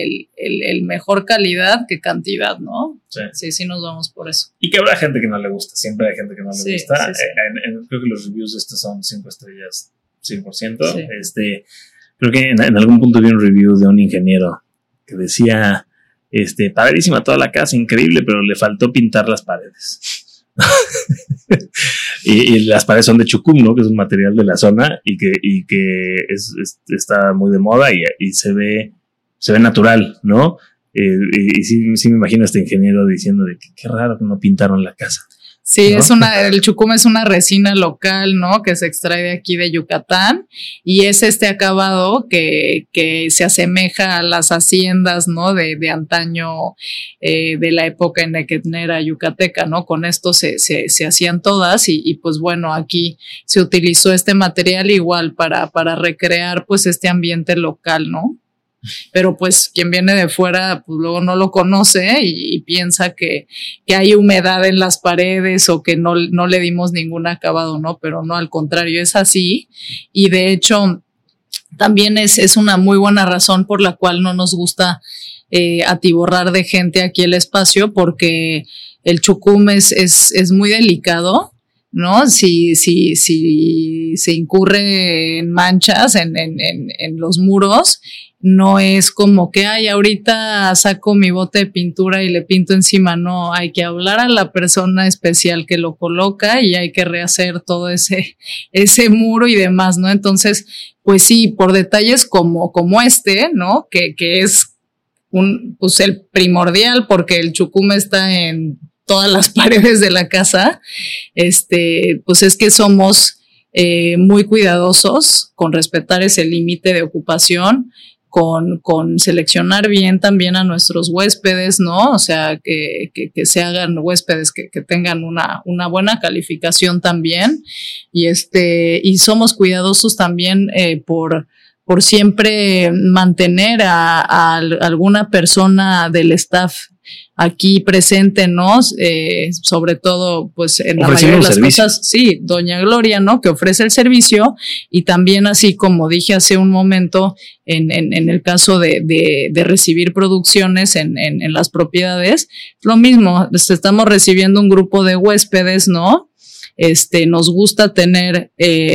[SPEAKER 2] mejor calidad que cantidad, ¿no? Sí nos vamos por eso.
[SPEAKER 1] Y que habrá gente que no le gusta, siempre hay gente que no le gusta.
[SPEAKER 2] Sí.
[SPEAKER 1] Creo que los reviews de estos son 5 estrellas, 100%. Sí. Creo que en algún punto vi un review de un ingeniero que decía, padrísima toda la casa, increíble, pero le faltó pintar las paredes. y las paredes son de chucum, ¿no? Que es un material de la zona y que está muy de moda y se ve natural, ¿no? Y sí me imagino a este ingeniero diciendo de que qué raro que no pintaron la casa.
[SPEAKER 2] Sí, ¿no? El chucum es una resina local, ¿no? Que se extrae de aquí de Yucatán y es acabado que se asemeja a las haciendas, ¿no? De antaño, de la época enequetnera yucateca, ¿no? Con esto se hacían todas y pues bueno, aquí se utilizó este material igual para recrear pues este ambiente local, ¿no? Pero pues quien viene de fuera pues luego no lo conoce y piensa que hay humedad en las paredes o que no le dimos ningún acabado, ¿no? Pero no, al contrario, es así. Y de hecho también es una muy buena razón por la cual no nos gusta atiborrar de gente aquí el espacio, porque el chucum es muy delicado, ¿no? Si se incurre en manchas en los muros, no es como que ahorita saco mi bote de pintura y le pinto encima, no, hay que hablar a la persona especial que lo coloca y hay que rehacer todo ese muro y demás, ¿no? Entonces, pues sí, por detalles como ¿no? Que es pues el primordial, porque el chucum está en todas las paredes de la casa, pues es que somos muy cuidadosos con respetar ese límite de ocupación, con seleccionar bien también a nuestros huéspedes, ¿no? O sea, que se hagan huéspedes que tengan una buena calificación también, y somos cuidadosos también por siempre mantener a alguna persona del staff aquí presente, ¿no? Sobre todo, pues en la mayoría de las cosas, sí, doña Gloria, ¿no? Que ofrece el servicio, y también, así como dije hace un momento, en el caso de recibir producciones en las propiedades, lo mismo, estamos recibiendo un grupo de huéspedes, ¿no? Nos gusta tener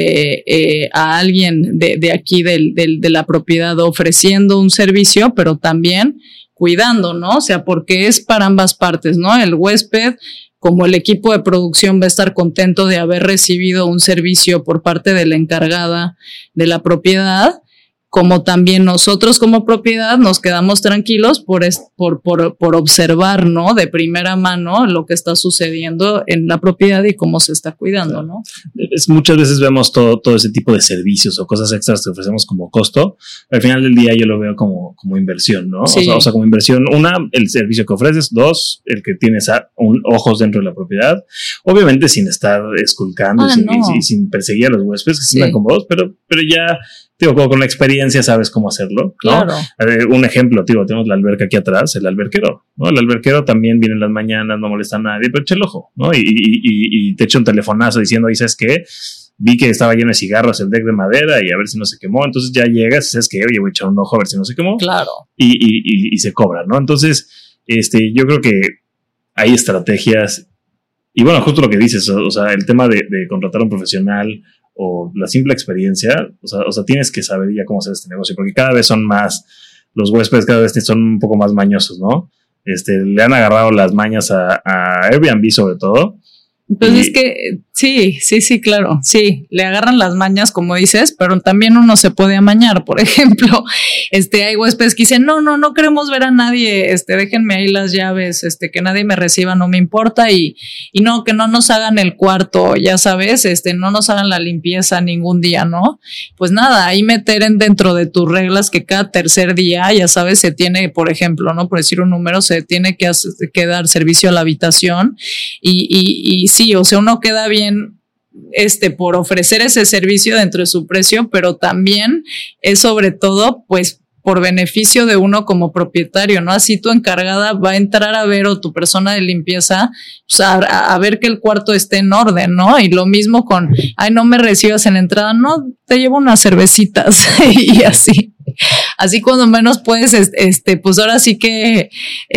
[SPEAKER 2] a alguien de aquí de la propiedad ofreciendo un servicio, pero también cuidando, ¿no? O sea, porque es para ambas partes, ¿no? El huésped, como el equipo de producción, va a estar contento de haber recibido un servicio por parte de la encargada de la propiedad, como también nosotros como propiedad nos quedamos tranquilos por observar, ¿no? De primera mano lo que está sucediendo en la propiedad y cómo se está cuidando, ¿no?
[SPEAKER 1] Muchas veces vemos todo ese tipo de servicios o cosas extras que ofrecemos como costo. Al final del día yo lo veo como inversión, ¿no?
[SPEAKER 2] Sí.
[SPEAKER 1] O sea, como inversión, una, el servicio que ofreces, dos, el que tienes ojos dentro de la propiedad, obviamente sin estar esculcando y sin perseguir a los huéspedes que se sientan cómodos, pero ya, digo, con la experiencia sabes cómo hacerlo, ¿no?
[SPEAKER 2] Claro.
[SPEAKER 1] Un ejemplo, digo, tenemos la alberca aquí atrás, el alberquero, ¿no? El alberquero también viene en las mañanas, no molesta a nadie, pero echa el ojo, ¿no? Y te echa un telefonazo diciendo, ¿sabes qué? Vi que estaba lleno de cigarros el deck de madera y a ver si no se quemó. Entonces ya llegas y sabes que, oye, voy a echar un ojo a ver si no se quemó.
[SPEAKER 2] Claro.
[SPEAKER 1] Y se cobra, ¿no? Entonces, yo creo que hay estrategias. Y bueno, justo lo que dices, o sea, el tema de contratar a un profesional o la simple experiencia, o sea, tienes que saber ya cómo hacer este negocio, porque cada vez son más, los huéspedes cada vez son un poco más mañosos, ¿no? Le han agarrado las mañas a Airbnb sobre todo.
[SPEAKER 2] Pues es que sí, claro, sí, le agarran las mañas como dices, pero también uno se puede amañar. Por ejemplo, hay huéspedes que dicen, no queremos ver a nadie, déjenme ahí las llaves, que nadie me reciba, no me importa, y no, que no nos hagan el cuarto, ya sabes, no nos hagan la limpieza ningún día, ¿no? Pues nada, ahí meter dentro de tus reglas que cada tercer día, ya sabes, se tiene, por ejemplo, ¿no? Por decir un número, se tiene que dar servicio a la habitación y sí, o sea, uno queda bien por ofrecer ese servicio dentro de su precio, pero también es sobre todo, pues, por beneficio de uno como propietario, ¿no? Así tu encargada va a entrar a ver, o tu persona de limpieza, pues, a ver que el cuarto esté en orden, ¿no? Y lo mismo con, no me recibas en la entrada, no, te llevo unas cervecitas y así. Así cuando menos puedes, pues ahora sí que,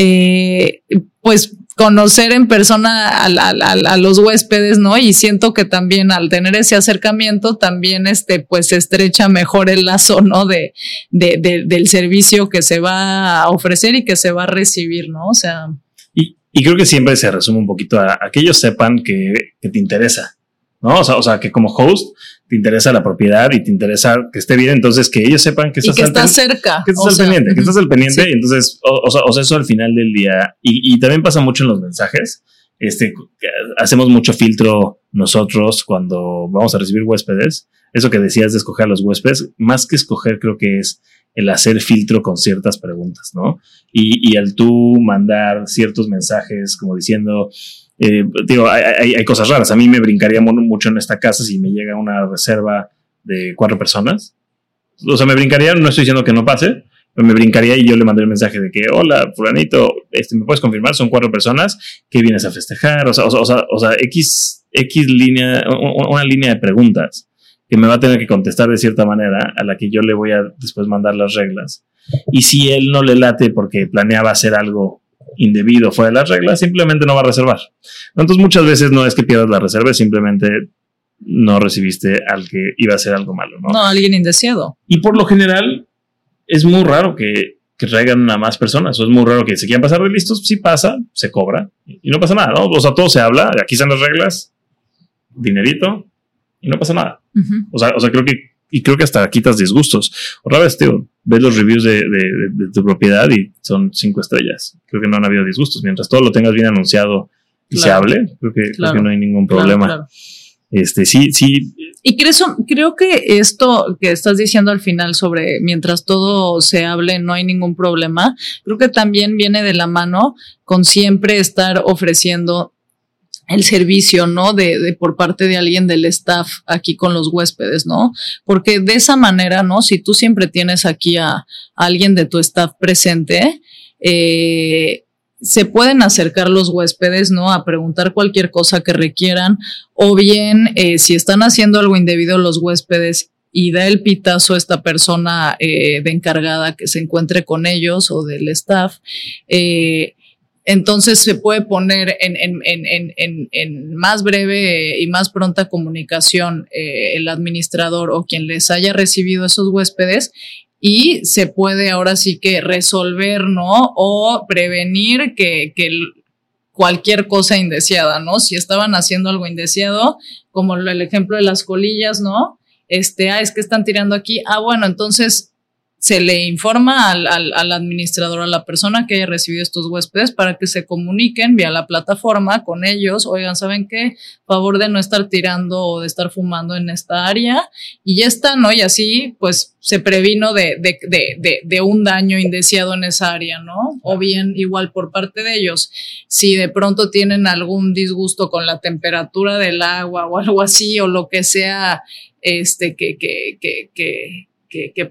[SPEAKER 2] pues, conocer en persona a los huéspedes, ¿no? Y siento que también al tener ese acercamiento también pues se estrecha mejor el lazo, ¿no? Del servicio que se va a ofrecer y que se va a recibir, ¿no? O sea.
[SPEAKER 1] Y creo que siempre se resume un poquito a que ellos sepan que te interesa, ¿no? O sea, que como host te interesa la propiedad y te interesa que esté bien, entonces que ellos sepan que
[SPEAKER 2] estás cerca.
[SPEAKER 1] Que estás al pendiente, que estás al pendiente, sí. Y entonces, o sea, eso al final del día, y también pasa mucho en los mensajes, hacemos mucho filtro nosotros cuando vamos a recibir huéspedes, eso que decías de escoger a los huéspedes, más que escoger creo que es el hacer filtro con ciertas preguntas, ¿no? Y al tú mandar ciertos mensajes como diciendo, digo, hay cosas raras. A mí me brincaría mucho en esta casa si me llega una reserva de 4 personas. O sea, me brincaría, no estoy diciendo que no pase, pero me brincaría y yo le mandé el mensaje de que, hola, fulanito, ¿me puedes confirmar? Son 4 personas, ¿qué vienes a festejar? O sea, X línea, una línea de preguntas que me va a tener que contestar de cierta manera, a la que yo le voy a después mandar las reglas. Y si él no le late porque planeaba hacer algo indebido fuera de las reglas, simplemente no va a reservar. Entonces muchas veces no es que pierdas la reserva, simplemente no recibiste al que iba a hacer algo malo, ¿no?
[SPEAKER 2] No, alguien indeseado.
[SPEAKER 1] Y por lo general es muy raro que traigan a más personas, o es muy raro que se quieran pasar de listos. Sí pasa, se cobra y no pasa nada, ¿no? O sea, todo se habla, aquí están las reglas, dinerito y no pasa nada. Uh-huh. O sea, creo que hasta quitas disgustos. Otra vez, tío, ves los reviews de tu propiedad y son 5 estrellas. Creo que no han habido disgustos. Mientras todo lo tengas bien anunciado y se hable, creo que no hay ningún problema. Claro. Sí.
[SPEAKER 2] Y creo que esto que estás diciendo al final sobre mientras todo se hable no hay ningún problema, creo que también viene de la mano con siempre estar ofreciendo el servicio, ¿no? De por parte de alguien del staff aquí con los huéspedes, ¿no? Porque de esa manera, ¿no? Si tú siempre tienes aquí a alguien de tu staff presente, se pueden acercar los huéspedes, ¿no? A preguntar cualquier cosa que requieran, o bien, si están haciendo algo indebido los huéspedes y da el pitazo a esta persona de encargada que se encuentre con ellos o del staff, entonces se puede poner en más breve y más pronta comunicación el administrador o quien les haya recibido esos huéspedes, y se puede ahora sí que resolver, ¿no? O prevenir que cualquier cosa indeseada, ¿no? Si estaban haciendo algo indeseado, como el ejemplo de las colillas, ¿no? Es que están tirando aquí. Bueno, entonces se le informa al administrador, a la persona que haya recibido estos huéspedes, para que se comuniquen vía la plataforma con ellos. Oigan, ¿saben qué? Favor de no estar tirando o de estar fumando en esta área, y ya está, ¿no? Y así, pues, se previno de un daño indeseado en esa área, ¿no? O bien, igual por parte de ellos, si de pronto tienen algún disgusto con la temperatura del agua o algo así, o lo que sea, que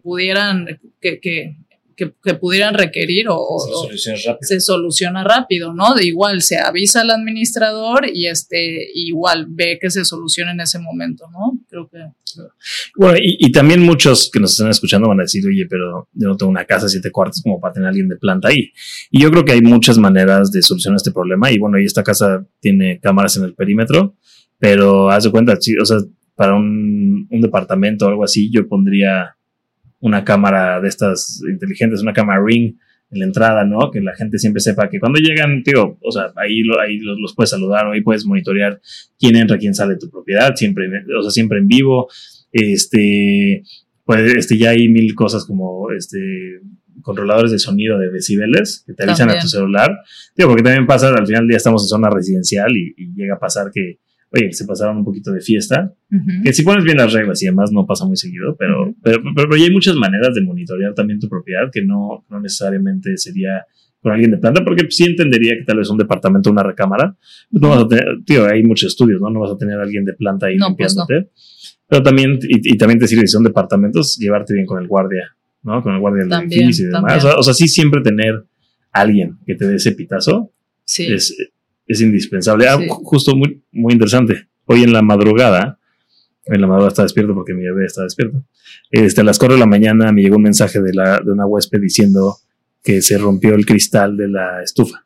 [SPEAKER 2] pudieran requerir o se soluciona rápido, ¿no? De igual se avisa al administrador y igual ve que se soluciona en ese momento, ¿no? Creo que...
[SPEAKER 1] Bueno, y también muchos que nos están escuchando van a decir, oye, pero yo no tengo una casa de 7 cuartos como para tener a alguien de planta ahí. Y yo creo que hay muchas maneras de solucionar este problema. Y bueno, y esta casa tiene cámaras en el perímetro, pero haz de cuenta, sí, o sea, para un departamento o algo así, yo pondría una cámara de estas inteligentes, una cámara Ring en la entrada, ¿no? Que la gente siempre sepa que cuando llegan, tío, o sea, ahí los puedes saludar, o ahí puedes monitorear quién entra, quién sale de tu propiedad, siempre en vivo. Pues ya hay 1000 cosas como controladores de sonido de decibeles que te avisan también a tu celular. Tío, porque también pasa, al final del día estamos en zona residencial y llega a pasar que, oye, se pasaron un poquito de fiesta, que si pones bien las reglas y demás no pasa muy seguido, pero ya hay muchas maneras de monitorear también tu propiedad, que no necesariamente sería con alguien de planta, porque sí entendería que tal vez un departamento, una recámara, no vas a tener, tío, hay muchos estudios, ¿no? No vas a tener a alguien de planta ahí limpiándote. Pues no. Pero también, y también te sirve, si son departamentos, llevarte bien con el guardia, ¿no? Con el guardia del edificio y demás. O sea, sí, siempre tener alguien que te dé ese pitazo es indispensable. Sí. Justo muy, muy interesante. Hoy en la madrugada estaba despierto porque mi bebé está despierto. A las 4 de la mañana me llegó un mensaje de una huésped diciendo que se rompió el cristal de la estufa.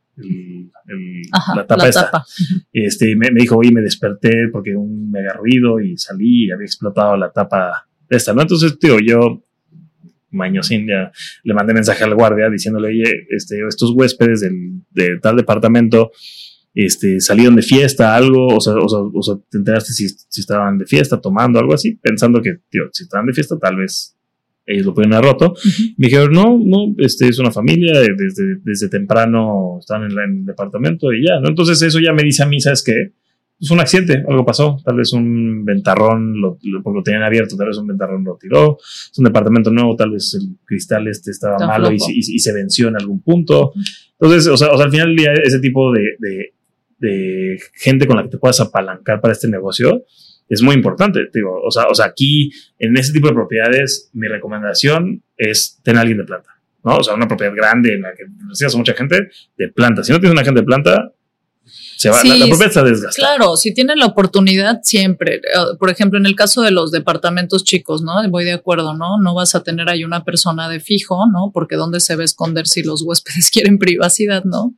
[SPEAKER 1] La tapa esta. Me dijo, oye, me desperté porque un mega ruido y salí y había explotado la tapa esta, ¿no? Entonces, tío, yo mañosín ya le mandé mensaje al guardia diciéndole, oye, estos huéspedes de tal departamento salieron de fiesta, algo, o sea, te enteraste si estaban de fiesta, tomando, algo así, pensando que, tío, si estaban de fiesta, tal vez ellos lo pudieron haber roto. Me dijeron, no, es una familia, desde temprano están en el departamento y ya, ¿no? Entonces eso ya me dice a mí, ¿sabes qué? Es un accidente, algo pasó, tal vez un ventarrón, porque lo tenían abierto, tal vez un ventarrón lo tiró, es un departamento nuevo, tal vez el cristal estaba malo y se venció en algún punto. Entonces, o sea, al final del día, ese tipo de gente con la que te puedas apalancar para este negocio es muy importante, digo, o sea, aquí en ese tipo de propiedades mi recomendación es tener a alguien de planta, ¿no? O sea, una propiedad grande en la que recibas a mucha gente de planta. Si no tienes una gente de planta, se va, la propiedad está desgastada.
[SPEAKER 2] Claro, si tienen la oportunidad siempre, por ejemplo, en el caso de los departamentos chicos, ¿no? Voy de acuerdo, ¿no? No vas a tener ahí una persona de fijo, ¿no? Porque ¿dónde se va a esconder si los huéspedes quieren privacidad, ¿no?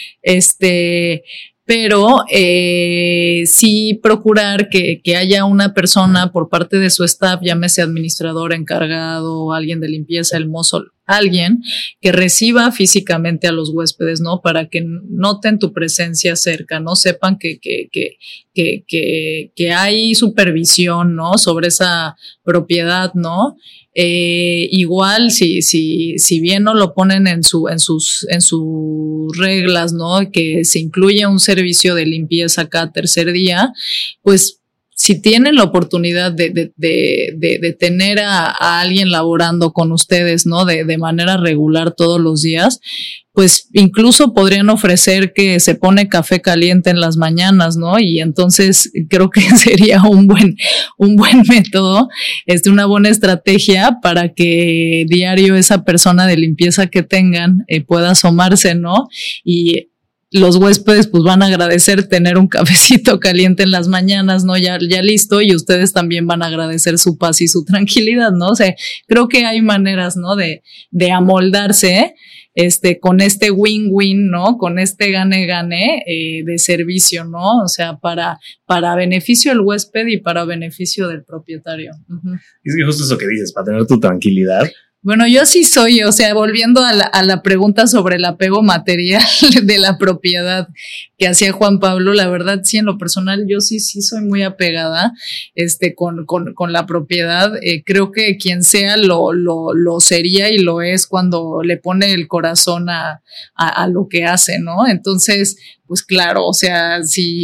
[SPEAKER 2] Pero sí procurar que haya una persona por parte de su staff, llámese administrador, encargado, alguien de limpieza, el mozo, alguien que reciba físicamente a los huéspedes, ¿no? Para que noten tu presencia cerca, ¿no? Sepan que hay supervisión, ¿no? Sobre esa propiedad, ¿no? Igual si bien no lo ponen en sus reglas, ¿no? Que se incluye un servicio de limpieza cada tercer día, pues si tienen la oportunidad de tener a alguien laborando con ustedes, ¿no? De manera regular todos los días, pues incluso podrían ofrecer que se pone café caliente en las mañanas, ¿no? Y entonces creo que sería un buen método, una buena estrategia para que diario esa persona de limpieza que tengan pueda asomarse, ¿no? Y los huéspedes pues van a agradecer tener un cafecito caliente en las mañanas, ¿no? Ya listo, y ustedes también van a agradecer su paz y su tranquilidad, ¿no? O sea, creo que hay maneras, ¿no? De amoldarse, con este win-win, ¿no? Con este gane-gane de servicio, ¿no? O sea, para beneficio del huésped y para beneficio del propietario.
[SPEAKER 1] Es que justo eso que dices, para tener tu tranquilidad,
[SPEAKER 2] Bueno, yo sí soy, o sea, volviendo a la pregunta sobre el apego material de la propiedad que hacía Juan Pablo, la verdad, sí, en lo personal, yo sí soy muy apegada, con la propiedad. Creo que quien sea lo sería y lo es cuando le pone el corazón a lo que hace, ¿no? Entonces, pues claro, o sea,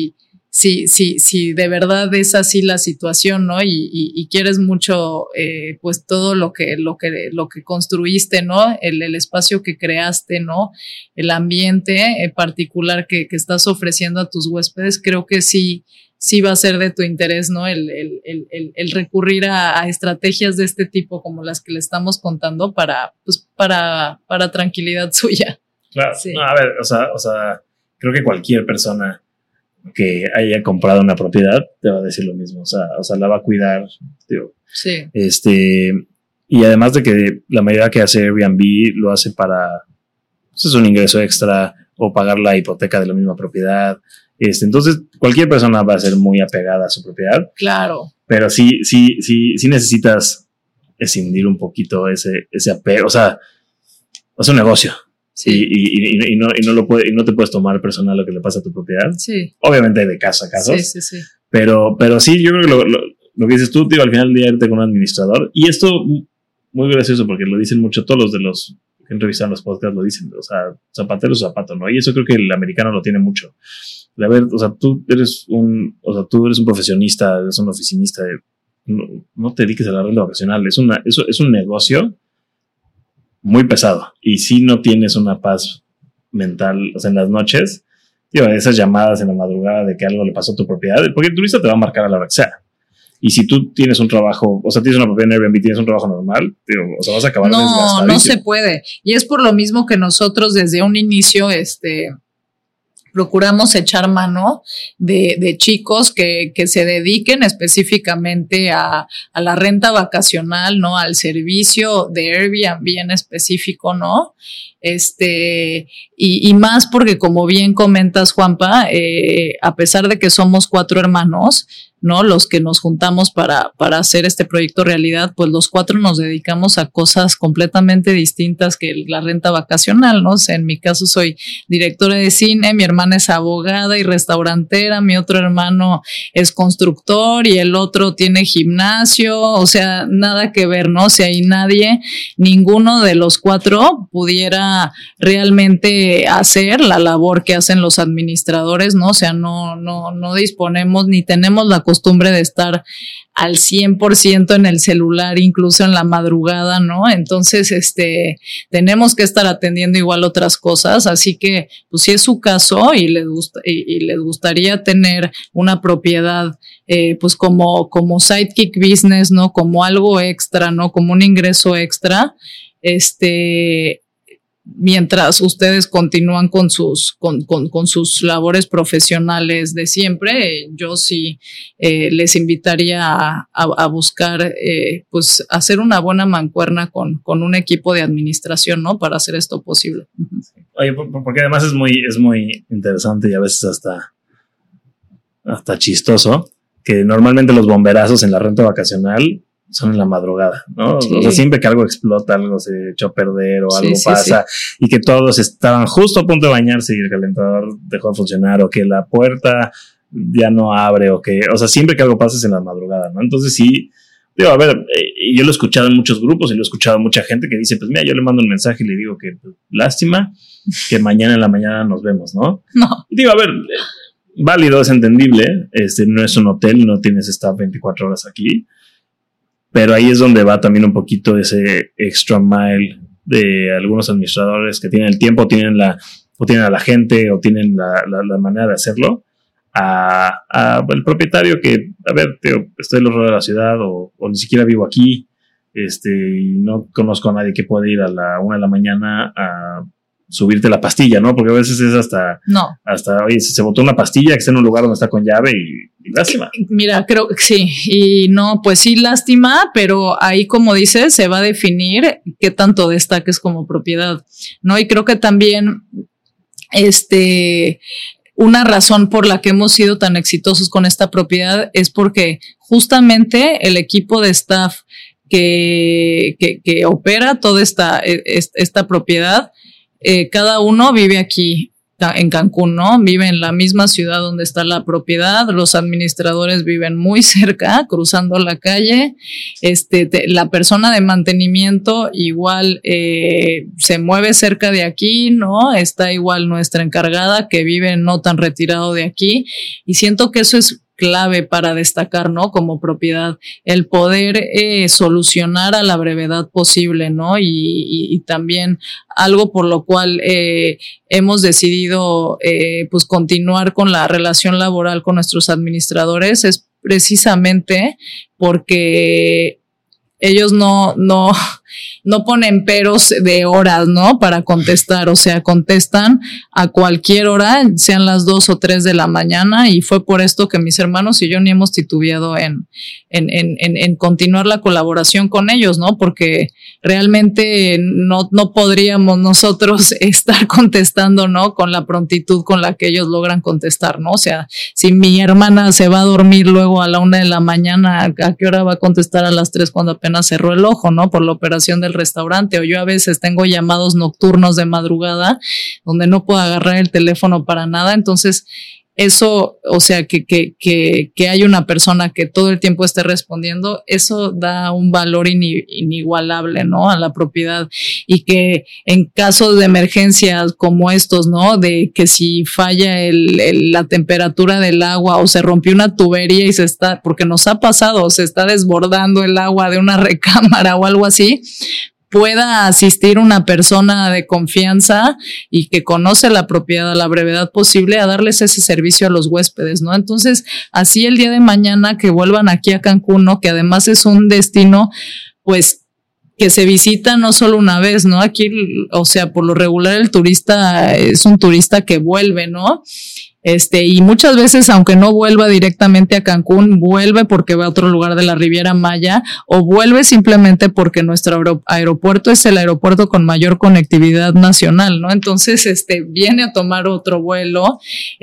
[SPEAKER 2] si de verdad es así la situación, ¿no? Y quieres mucho, pues todo lo que construiste, ¿no? El espacio que creaste, ¿no? El ambiente particular que estás ofreciendo a tus huéspedes, creo que sí va a ser de tu interés, ¿no? El recurrir a estrategias de este tipo como las que le estamos contando para tranquilidad suya.
[SPEAKER 1] Claro. Sí. No, a ver, o sea, creo que cualquier persona que haya comprado una propiedad te va a decir lo mismo, o sea, la va a cuidar, tío.
[SPEAKER 2] Sí.
[SPEAKER 1] Y además de que la mayoría que hace Airbnb lo hace para, pues, es un ingreso extra o pagar la hipoteca de la misma propiedad. Entonces cualquier persona va a ser muy apegada a su propiedad.
[SPEAKER 2] Claro.
[SPEAKER 1] Pero sí necesitas escindir un poquito ese apego, o sea, es un negocio. Sí. Y no te puedes tomar personal lo que le pasa a tu propiedad.
[SPEAKER 2] Sí.
[SPEAKER 1] Obviamente hay de caso a caso.
[SPEAKER 2] Sí.
[SPEAKER 1] Pero sí, yo creo que lo que dices tú, tío, al final del día irte con un administrador. Y esto, muy gracioso, porque lo dicen mucho todos los de los que entrevistan los podcasts, lo dicen, o sea, zapatero es zapato, ¿no? Y eso creo que el americano lo tiene mucho. A ver, o sea, tú eres un profesionista, eres un oficinista, no te dediques a la renta vacacional. Es un negocio muy pesado. Y si no tienes una paz mental, o sea, en las noches, tío, esas llamadas en la madrugada de que algo le pasó a tu propiedad, porque el turista te va a marcar a la hora que sea. Y si tú tienes un trabajo, o sea, tienes una propiedad en Airbnb, tienes un trabajo normal, tío, o sea, vas a acabar desgastadísimo.
[SPEAKER 2] No se puede. Y es por lo mismo que nosotros desde un inicio, procuramos echar mano de chicos que se dediquen específicamente a la renta vacacional, ¿no? Al servicio de Airbnb en específico, ¿no? Y más porque, como bien comentas, Juanpa, a pesar de que somos 4 hermanos, ¿no? Los que nos juntamos para hacer este proyecto realidad, pues los 4 nos dedicamos a cosas completamente distintas que la renta vacacional, ¿no? O sea, en mi caso soy directora de cine, mi hermana es abogada y restaurantera, mi otro hermano es constructor y el otro tiene gimnasio, o sea, nada que ver, ¿no? O sea, y ninguno de los 4 pudiera realmente hacer la labor que hacen los administradores, ¿no? O sea, no disponemos ni tenemos la costumbre de estar al 100% en el celular, incluso en la madrugada, ¿no? Entonces, tenemos que estar atendiendo igual otras cosas, así que, pues, si es su caso y les gustaría tener una propiedad, pues, como sidekick business, ¿no? Como algo extra, ¿no? Como un ingreso extra, mientras ustedes continúan con sus labores profesionales de siempre, yo sí les invitaría a buscar, pues, hacer una buena mancuerna con un equipo de administración, ¿no? Para hacer esto posible.
[SPEAKER 1] Oye, porque además es muy interesante y a veces hasta chistoso, que normalmente los bomberazos en la renta vacacional son en la madrugada, ¿no? Sí. O sea, siempre que algo explota, algo se echó a perder o algo pasa, y que todos estaban justo a punto de bañarse y el calentador dejó de funcionar, o que la puerta ya no abre, o sea, siempre que algo pasa es en la madrugada, ¿no? Entonces sí, digo, a ver, yo lo he escuchado en muchos grupos y lo he escuchado a mucha gente que dice, pues mira, yo le mando un mensaje y le digo que, pues, lástima, que mañana en la mañana nos vemos, ¿no?
[SPEAKER 2] No.
[SPEAKER 1] Y digo, a ver, válido, es entendible, no es un hotel, no tienes staff 24 horas aquí. Pero ahí es donde va también un poquito ese extra mile de algunos administradores que tienen el tiempo, tienen a la gente o tienen la manera de hacerlo, a el propietario que, a ver, tío, estoy en los ruedos de la ciudad o ni siquiera vivo aquí, y no conozco a nadie que pueda ir a la 1 de la mañana a subirte la pastilla, ¿no? Porque a veces es hasta, oye, se botó una pastilla que está en un lugar donde está con llave y lástima.
[SPEAKER 2] Mira, creo que sí, y no, pues sí, lástima, pero ahí, como dices, se va a definir qué tanto destaques como propiedad, ¿no? Y creo que también, una razón por la que hemos sido tan exitosos con esta propiedad es porque justamente el equipo de staff que opera toda esta propiedad, cada uno vive aquí en Cancún, ¿no? Vive en la misma ciudad donde está la propiedad, los administradores viven muy cerca, cruzando la calle, la persona de mantenimiento igual se mueve cerca de aquí, ¿no? Está igual nuestra encargada que vive no tan retirado de aquí, y siento que eso es clave para destacar, ¿no? Como propiedad, el poder solucionar a la brevedad posible, ¿no? Y también algo por lo cual hemos decidido pues continuar con la relación laboral con nuestros administradores es precisamente porque ellos no ponen peros de horas, ¿no? Para contestar, o sea, contestan a cualquier hora, sean las 2 o 3 de la mañana, y fue por esto que mis hermanos y yo ni hemos titubeado en continuar la colaboración con ellos, ¿no? Porque realmente no podríamos nosotros estar contestando, ¿no? Con la prontitud con la que ellos logran contestar, ¿no? O sea, si mi hermana se va a dormir luego a la 1 de la mañana, ¿a qué hora va a contestar a las 3 cuando apenas cerró el ojo, ¿no? Por la operación del restaurante. O yo a veces tengo llamados nocturnos de madrugada donde no puedo agarrar el teléfono para nada. Entonces, eso, o sea, que hay una persona que todo el tiempo esté respondiendo, eso da un valor inigualable, ¿no? A la propiedad. Y que en casos de emergencias como estos, ¿no? De que si falla la temperatura del agua o se rompió una tubería y porque nos ha pasado, se está desbordando el agua de una recámara o algo así, pueda asistir una persona de confianza y que conoce la propiedad a la brevedad posible a darles ese servicio a los huéspedes, ¿no? Entonces, así el día de mañana que vuelvan aquí a Cancún, ¿no? Que además es un destino, pues, que se visita no solo una vez, ¿no? Aquí, o sea, por lo regular el turista es un turista que vuelve, ¿no? Y muchas veces, aunque no vuelva directamente a Cancún, vuelve porque va a otro lugar de la Riviera Maya, o vuelve simplemente porque nuestro aeropuerto es el aeropuerto con mayor conectividad nacional, ¿no? Entonces, viene a tomar otro vuelo,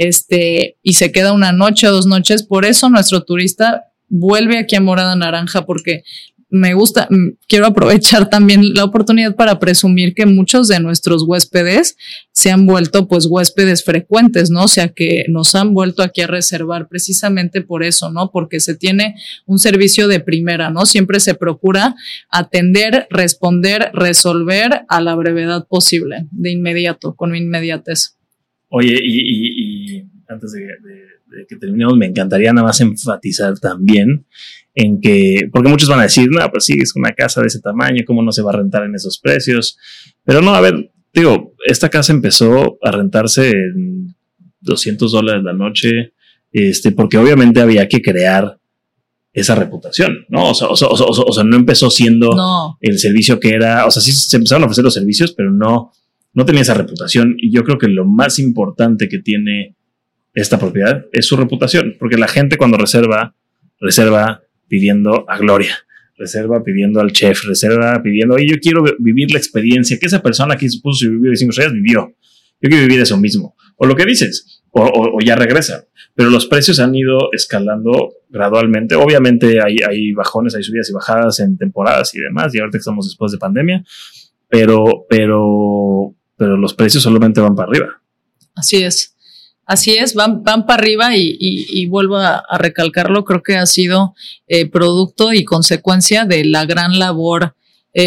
[SPEAKER 2] y se queda una noche o 2 noches. Por eso nuestro turista vuelve aquí a Morada Naranja, porque me gusta, quiero aprovechar también la oportunidad para presumir que muchos de nuestros huéspedes se han vuelto pues huéspedes frecuentes, ¿no? O sea, que nos han vuelto aquí a reservar precisamente por eso, ¿no? Porque se tiene un servicio de primera, ¿no? Siempre se procura atender, responder, resolver a la brevedad posible, de inmediato, con inmediatez.
[SPEAKER 1] Oye, y antes de que terminemos, me encantaría nada más enfatizar también en que, porque muchos van a decir, no, pues sí, es una casa de ese tamaño, ¿cómo no se va a rentar en esos precios? Pero no, a ver, digo, esta casa empezó a rentarse en $200 la noche, porque obviamente había que crear esa reputación, ¿no? O sea, no empezó siendo el servicio que era, o sea, sí se empezaron a ofrecer los servicios, pero no tenía esa reputación. Y yo creo que lo más importante que tiene esta propiedad es su reputación, porque la gente cuando reserva pidiendo a Gloria, reserva pidiendo al chef, reserva pidiendo, oye, yo quiero vivir la experiencia que esa persona que se puso su review de 5 estrellas vivió. Yo quiero vivir eso mismo. O lo que dices, o ya regresa. Pero los precios han ido escalando gradualmente. Obviamente hay bajones, hay subidas y bajadas en temporadas y demás, y ahorita que estamos después de pandemia, pero los precios solamente van para arriba.
[SPEAKER 2] Así es, van para arriba y vuelvo a recalcarlo, creo que ha sido producto y consecuencia de la gran labor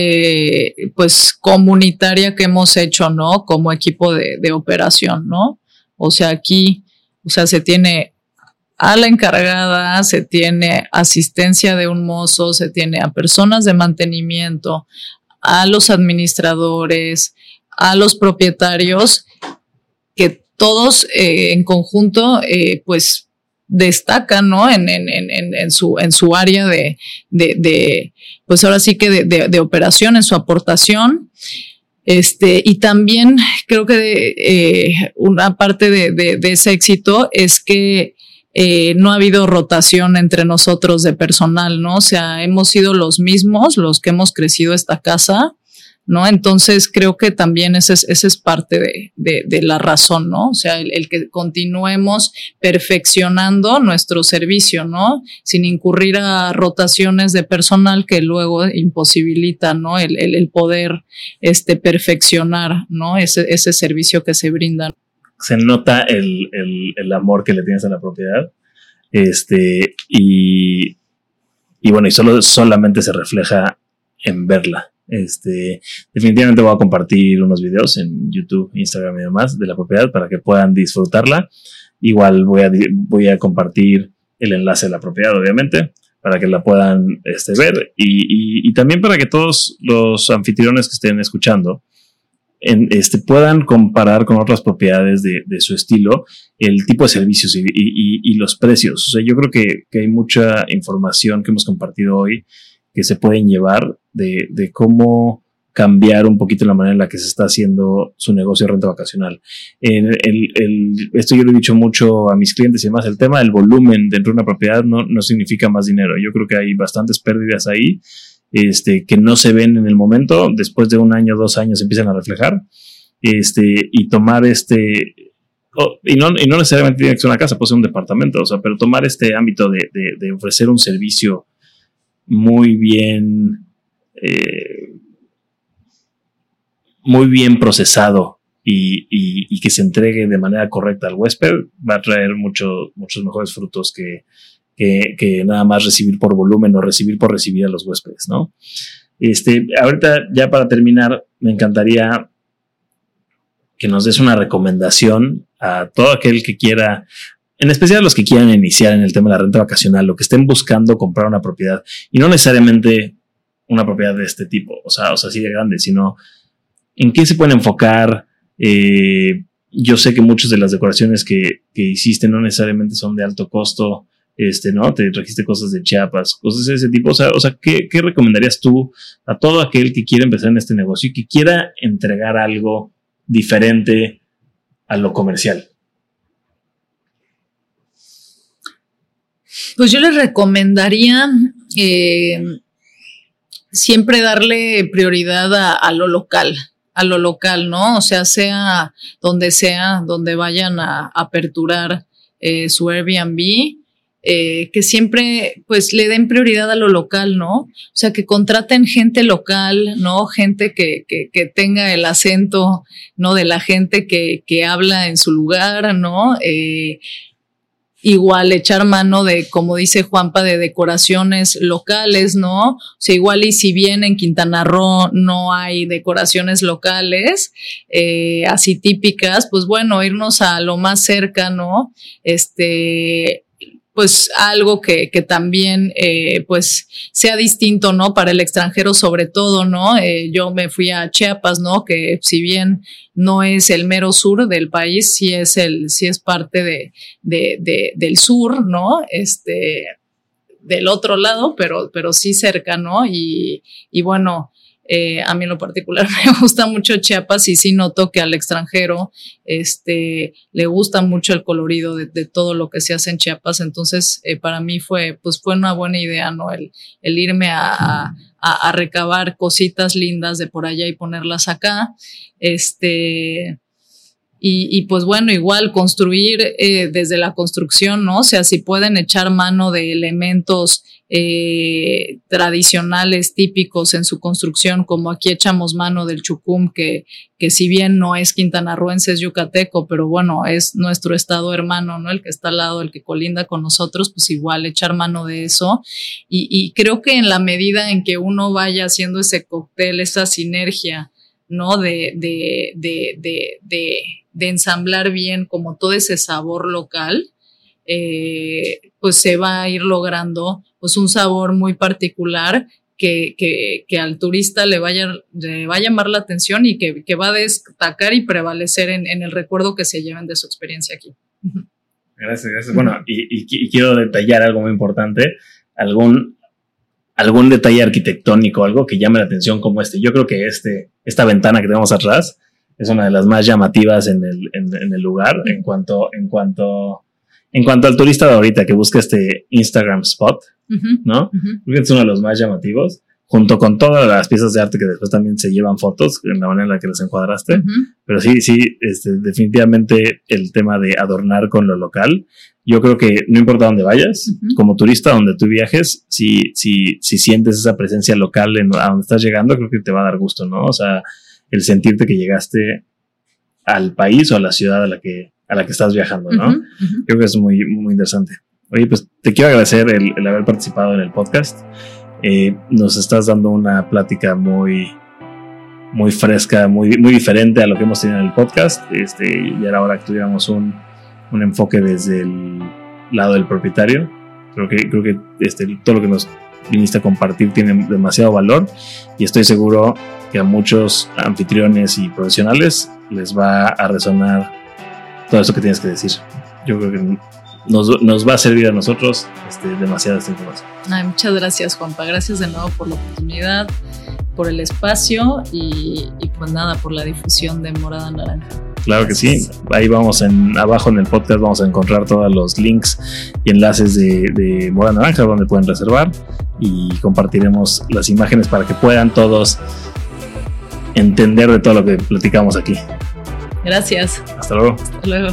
[SPEAKER 2] pues comunitaria que hemos hecho, ¿no? Como equipo de operación, ¿no? O sea, aquí, o sea, se tiene a la encargada, se tiene asistencia de un mozo, se tiene a personas de mantenimiento, a los administradores, a los propietarios, que todos en conjunto pues destacan, ¿no? En su área de pues ahora sí que de operación, en su aportación. Y también creo que una parte de ese éxito es que no ha habido rotación entre nosotros de personal, ¿no? O sea, hemos sido los mismos los que hemos crecido esta casa ¿no? Entonces creo que también esa es parte de la razón, ¿no? O sea, el que continuemos perfeccionando nuestro servicio, ¿no? Sin incurrir a rotaciones de personal que luego imposibilitan, ¿no? El poder perfeccionar, ¿no? Ese servicio que se brinda.
[SPEAKER 1] Se nota el amor que le tienes a la propiedad. Y bueno, y solamente se refleja en verla. Definitivamente voy a compartir unos videos en YouTube, Instagram y demás de la propiedad para que puedan disfrutarla. Igual voy a compartir el enlace de la propiedad, obviamente, para que la puedan ver y también para que todos los anfitriones que estén escuchando puedan comparar con otras propiedades de su estilo el tipo de servicios y los precios. O sea, yo creo que hay mucha información que hemos compartido hoy que se pueden llevar de cómo cambiar un poquito la manera en la que se está haciendo su negocio de renta vacacional. Esto yo lo he dicho mucho a mis clientes y demás, el tema del volumen dentro de una propiedad no significa más dinero. Yo creo que hay bastantes pérdidas ahí que no se ven en el momento, después de 1 año, 2 años empiezan a reflejar, y tomar y no necesariamente tiene que ser una casa, puede ser un departamento, o sea, pero tomar este ámbito de ofrecer un servicio muy bien procesado y que se entregue de manera correcta al huésped, va a traer muchos mejores frutos que nada más recibir por volumen o recibir por recibir a los huéspedes, ¿no? Ahorita, ya para terminar, me encantaría que nos des una recomendación a todo aquel que quiera, en especial a los que quieran iniciar en el tema de la renta vacacional, o que estén buscando comprar una propiedad, y no necesariamente una propiedad de este tipo, o sea, así de grande, sino en qué se pueden enfocar. Yo sé que muchas de las decoraciones que hiciste no necesariamente son de alto costo, ¿no? Te trajiste cosas de Chiapas, cosas de ese tipo. O sea, ¿qué recomendarías tú a todo aquel que quiera empezar en este negocio y que quiera entregar algo diferente a lo comercial?
[SPEAKER 2] Pues yo les recomendaría siempre darle prioridad a lo local, ¿no? O sea donde vayan a aperturar su Airbnb, que siempre pues le den prioridad a lo local, ¿no? O sea, que contraten gente local, ¿no? Gente que tenga el acento, ¿no? De la gente que habla en su lugar, ¿no? Igual echar mano de, como dice Juanpa, de decoraciones locales, ¿no? O sea, igual y si bien en Quintana Roo no hay decoraciones locales, así típicas, pues bueno, irnos a lo más cerca, ¿no? Pues algo que también pues sea distinto, ¿no? Para el extranjero sobre todo, ¿no? Yo me fui a Chiapas, ¿no? Que si bien no es el mero sur del país, sí es parte del sur, ¿no? Del otro lado, pero sí cerca, ¿no? Y bueno, a mí en lo particular me gusta mucho Chiapas y sí noto que al extranjero le gusta mucho el colorido de todo lo que se hace en Chiapas. Entonces para mí fue una buena idea, ¿no? El irme a recabar cositas lindas de por allá y ponerlas acá. Y pues bueno, igual construir desde la construcción, ¿no? O sea, si pueden echar mano de elementos tradicionales, típicos en su construcción, como aquí echamos mano del chucum, que si bien no es quintanarroense, es yucateco, pero bueno, es nuestro estado hermano, ¿no? El que está al lado, el que colinda con nosotros, pues igual echar mano de eso. Y creo que en la medida en que uno vaya haciendo ese cóctel, esa sinergia, ¿no? De ensamblar bien como todo ese sabor local, pues se va a ir logrando pues un sabor muy particular que al turista le va a llamar la atención y que va a destacar y prevalecer en el recuerdo que se lleven de su experiencia aquí.
[SPEAKER 1] Gracias. Bueno, y quiero detallar algo muy importante, algún detalle arquitectónico, algo que llame la atención como Yo creo que esta ventana que tenemos atrás es una de las más llamativas en el lugar en cuanto al turista de ahorita que busca Instagram spot, ¿no? Creo que es uno de los más llamativos. junto con todas las piezas de arte que después también se llevan fotos, en la manera en la que las encuadraste. Uh-huh. Pero sí, definitivamente el tema de adornar con lo local. Yo creo que no importa dónde vayas, uh-huh, como turista, donde tú viajes, si sientes esa presencia local a donde estás llegando, creo que te va a dar gusto, ¿no? O sea, el sentirte que llegaste al país o a la ciudad a la que estás viajando, ¿no? Uh-huh, uh-huh. Creo que es muy, muy interesante. Oye, pues te quiero agradecer el haber participado en el podcast. Nos estás dando una plática muy, muy fresca, muy, muy diferente a lo que hemos tenido en el podcast. Y era hora que tuviéramos un enfoque desde el lado del propietario. Creo que todo lo que nos viniste a compartir tiene demasiado valor y estoy seguro que a muchos anfitriones y profesionales les va a resonar todo eso que tienes que decir. Yo creo que nos va a servir a nosotros demasiada esta información.
[SPEAKER 2] Ay, muchas gracias, Juanpa. Gracias de nuevo por la oportunidad, por el espacio y pues nada, por la difusión de Morada Naranja.
[SPEAKER 1] Claro que sí. Ahí abajo en el podcast vamos a encontrar todos los links y enlaces de Morada Naranja donde pueden reservar y compartiremos las imágenes para que puedan todos entender de todo lo que platicamos aquí.
[SPEAKER 2] Gracias.
[SPEAKER 1] Hasta luego.
[SPEAKER 2] Hasta luego.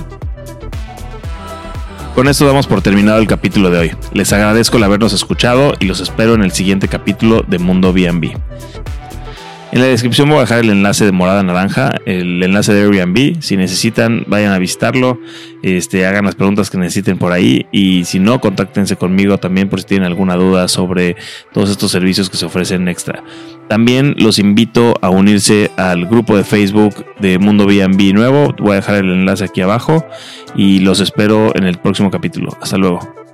[SPEAKER 1] Con esto damos por terminado el capítulo de hoy. Les agradezco el habernos escuchado y los espero en el siguiente capítulo de Mundo B&B. En la descripción voy a dejar el enlace de Morada Naranja, el enlace de Airbnb. Si necesitan, vayan a visitarlo, hagan las preguntas que necesiten por ahí y si no, contáctense conmigo también por si tienen alguna duda sobre todos estos servicios que se ofrecen extra. También los invito a unirse al grupo de Facebook de Mundo B&B nuevo. Voy a dejar el enlace aquí abajo y los espero en el próximo capítulo. Hasta luego.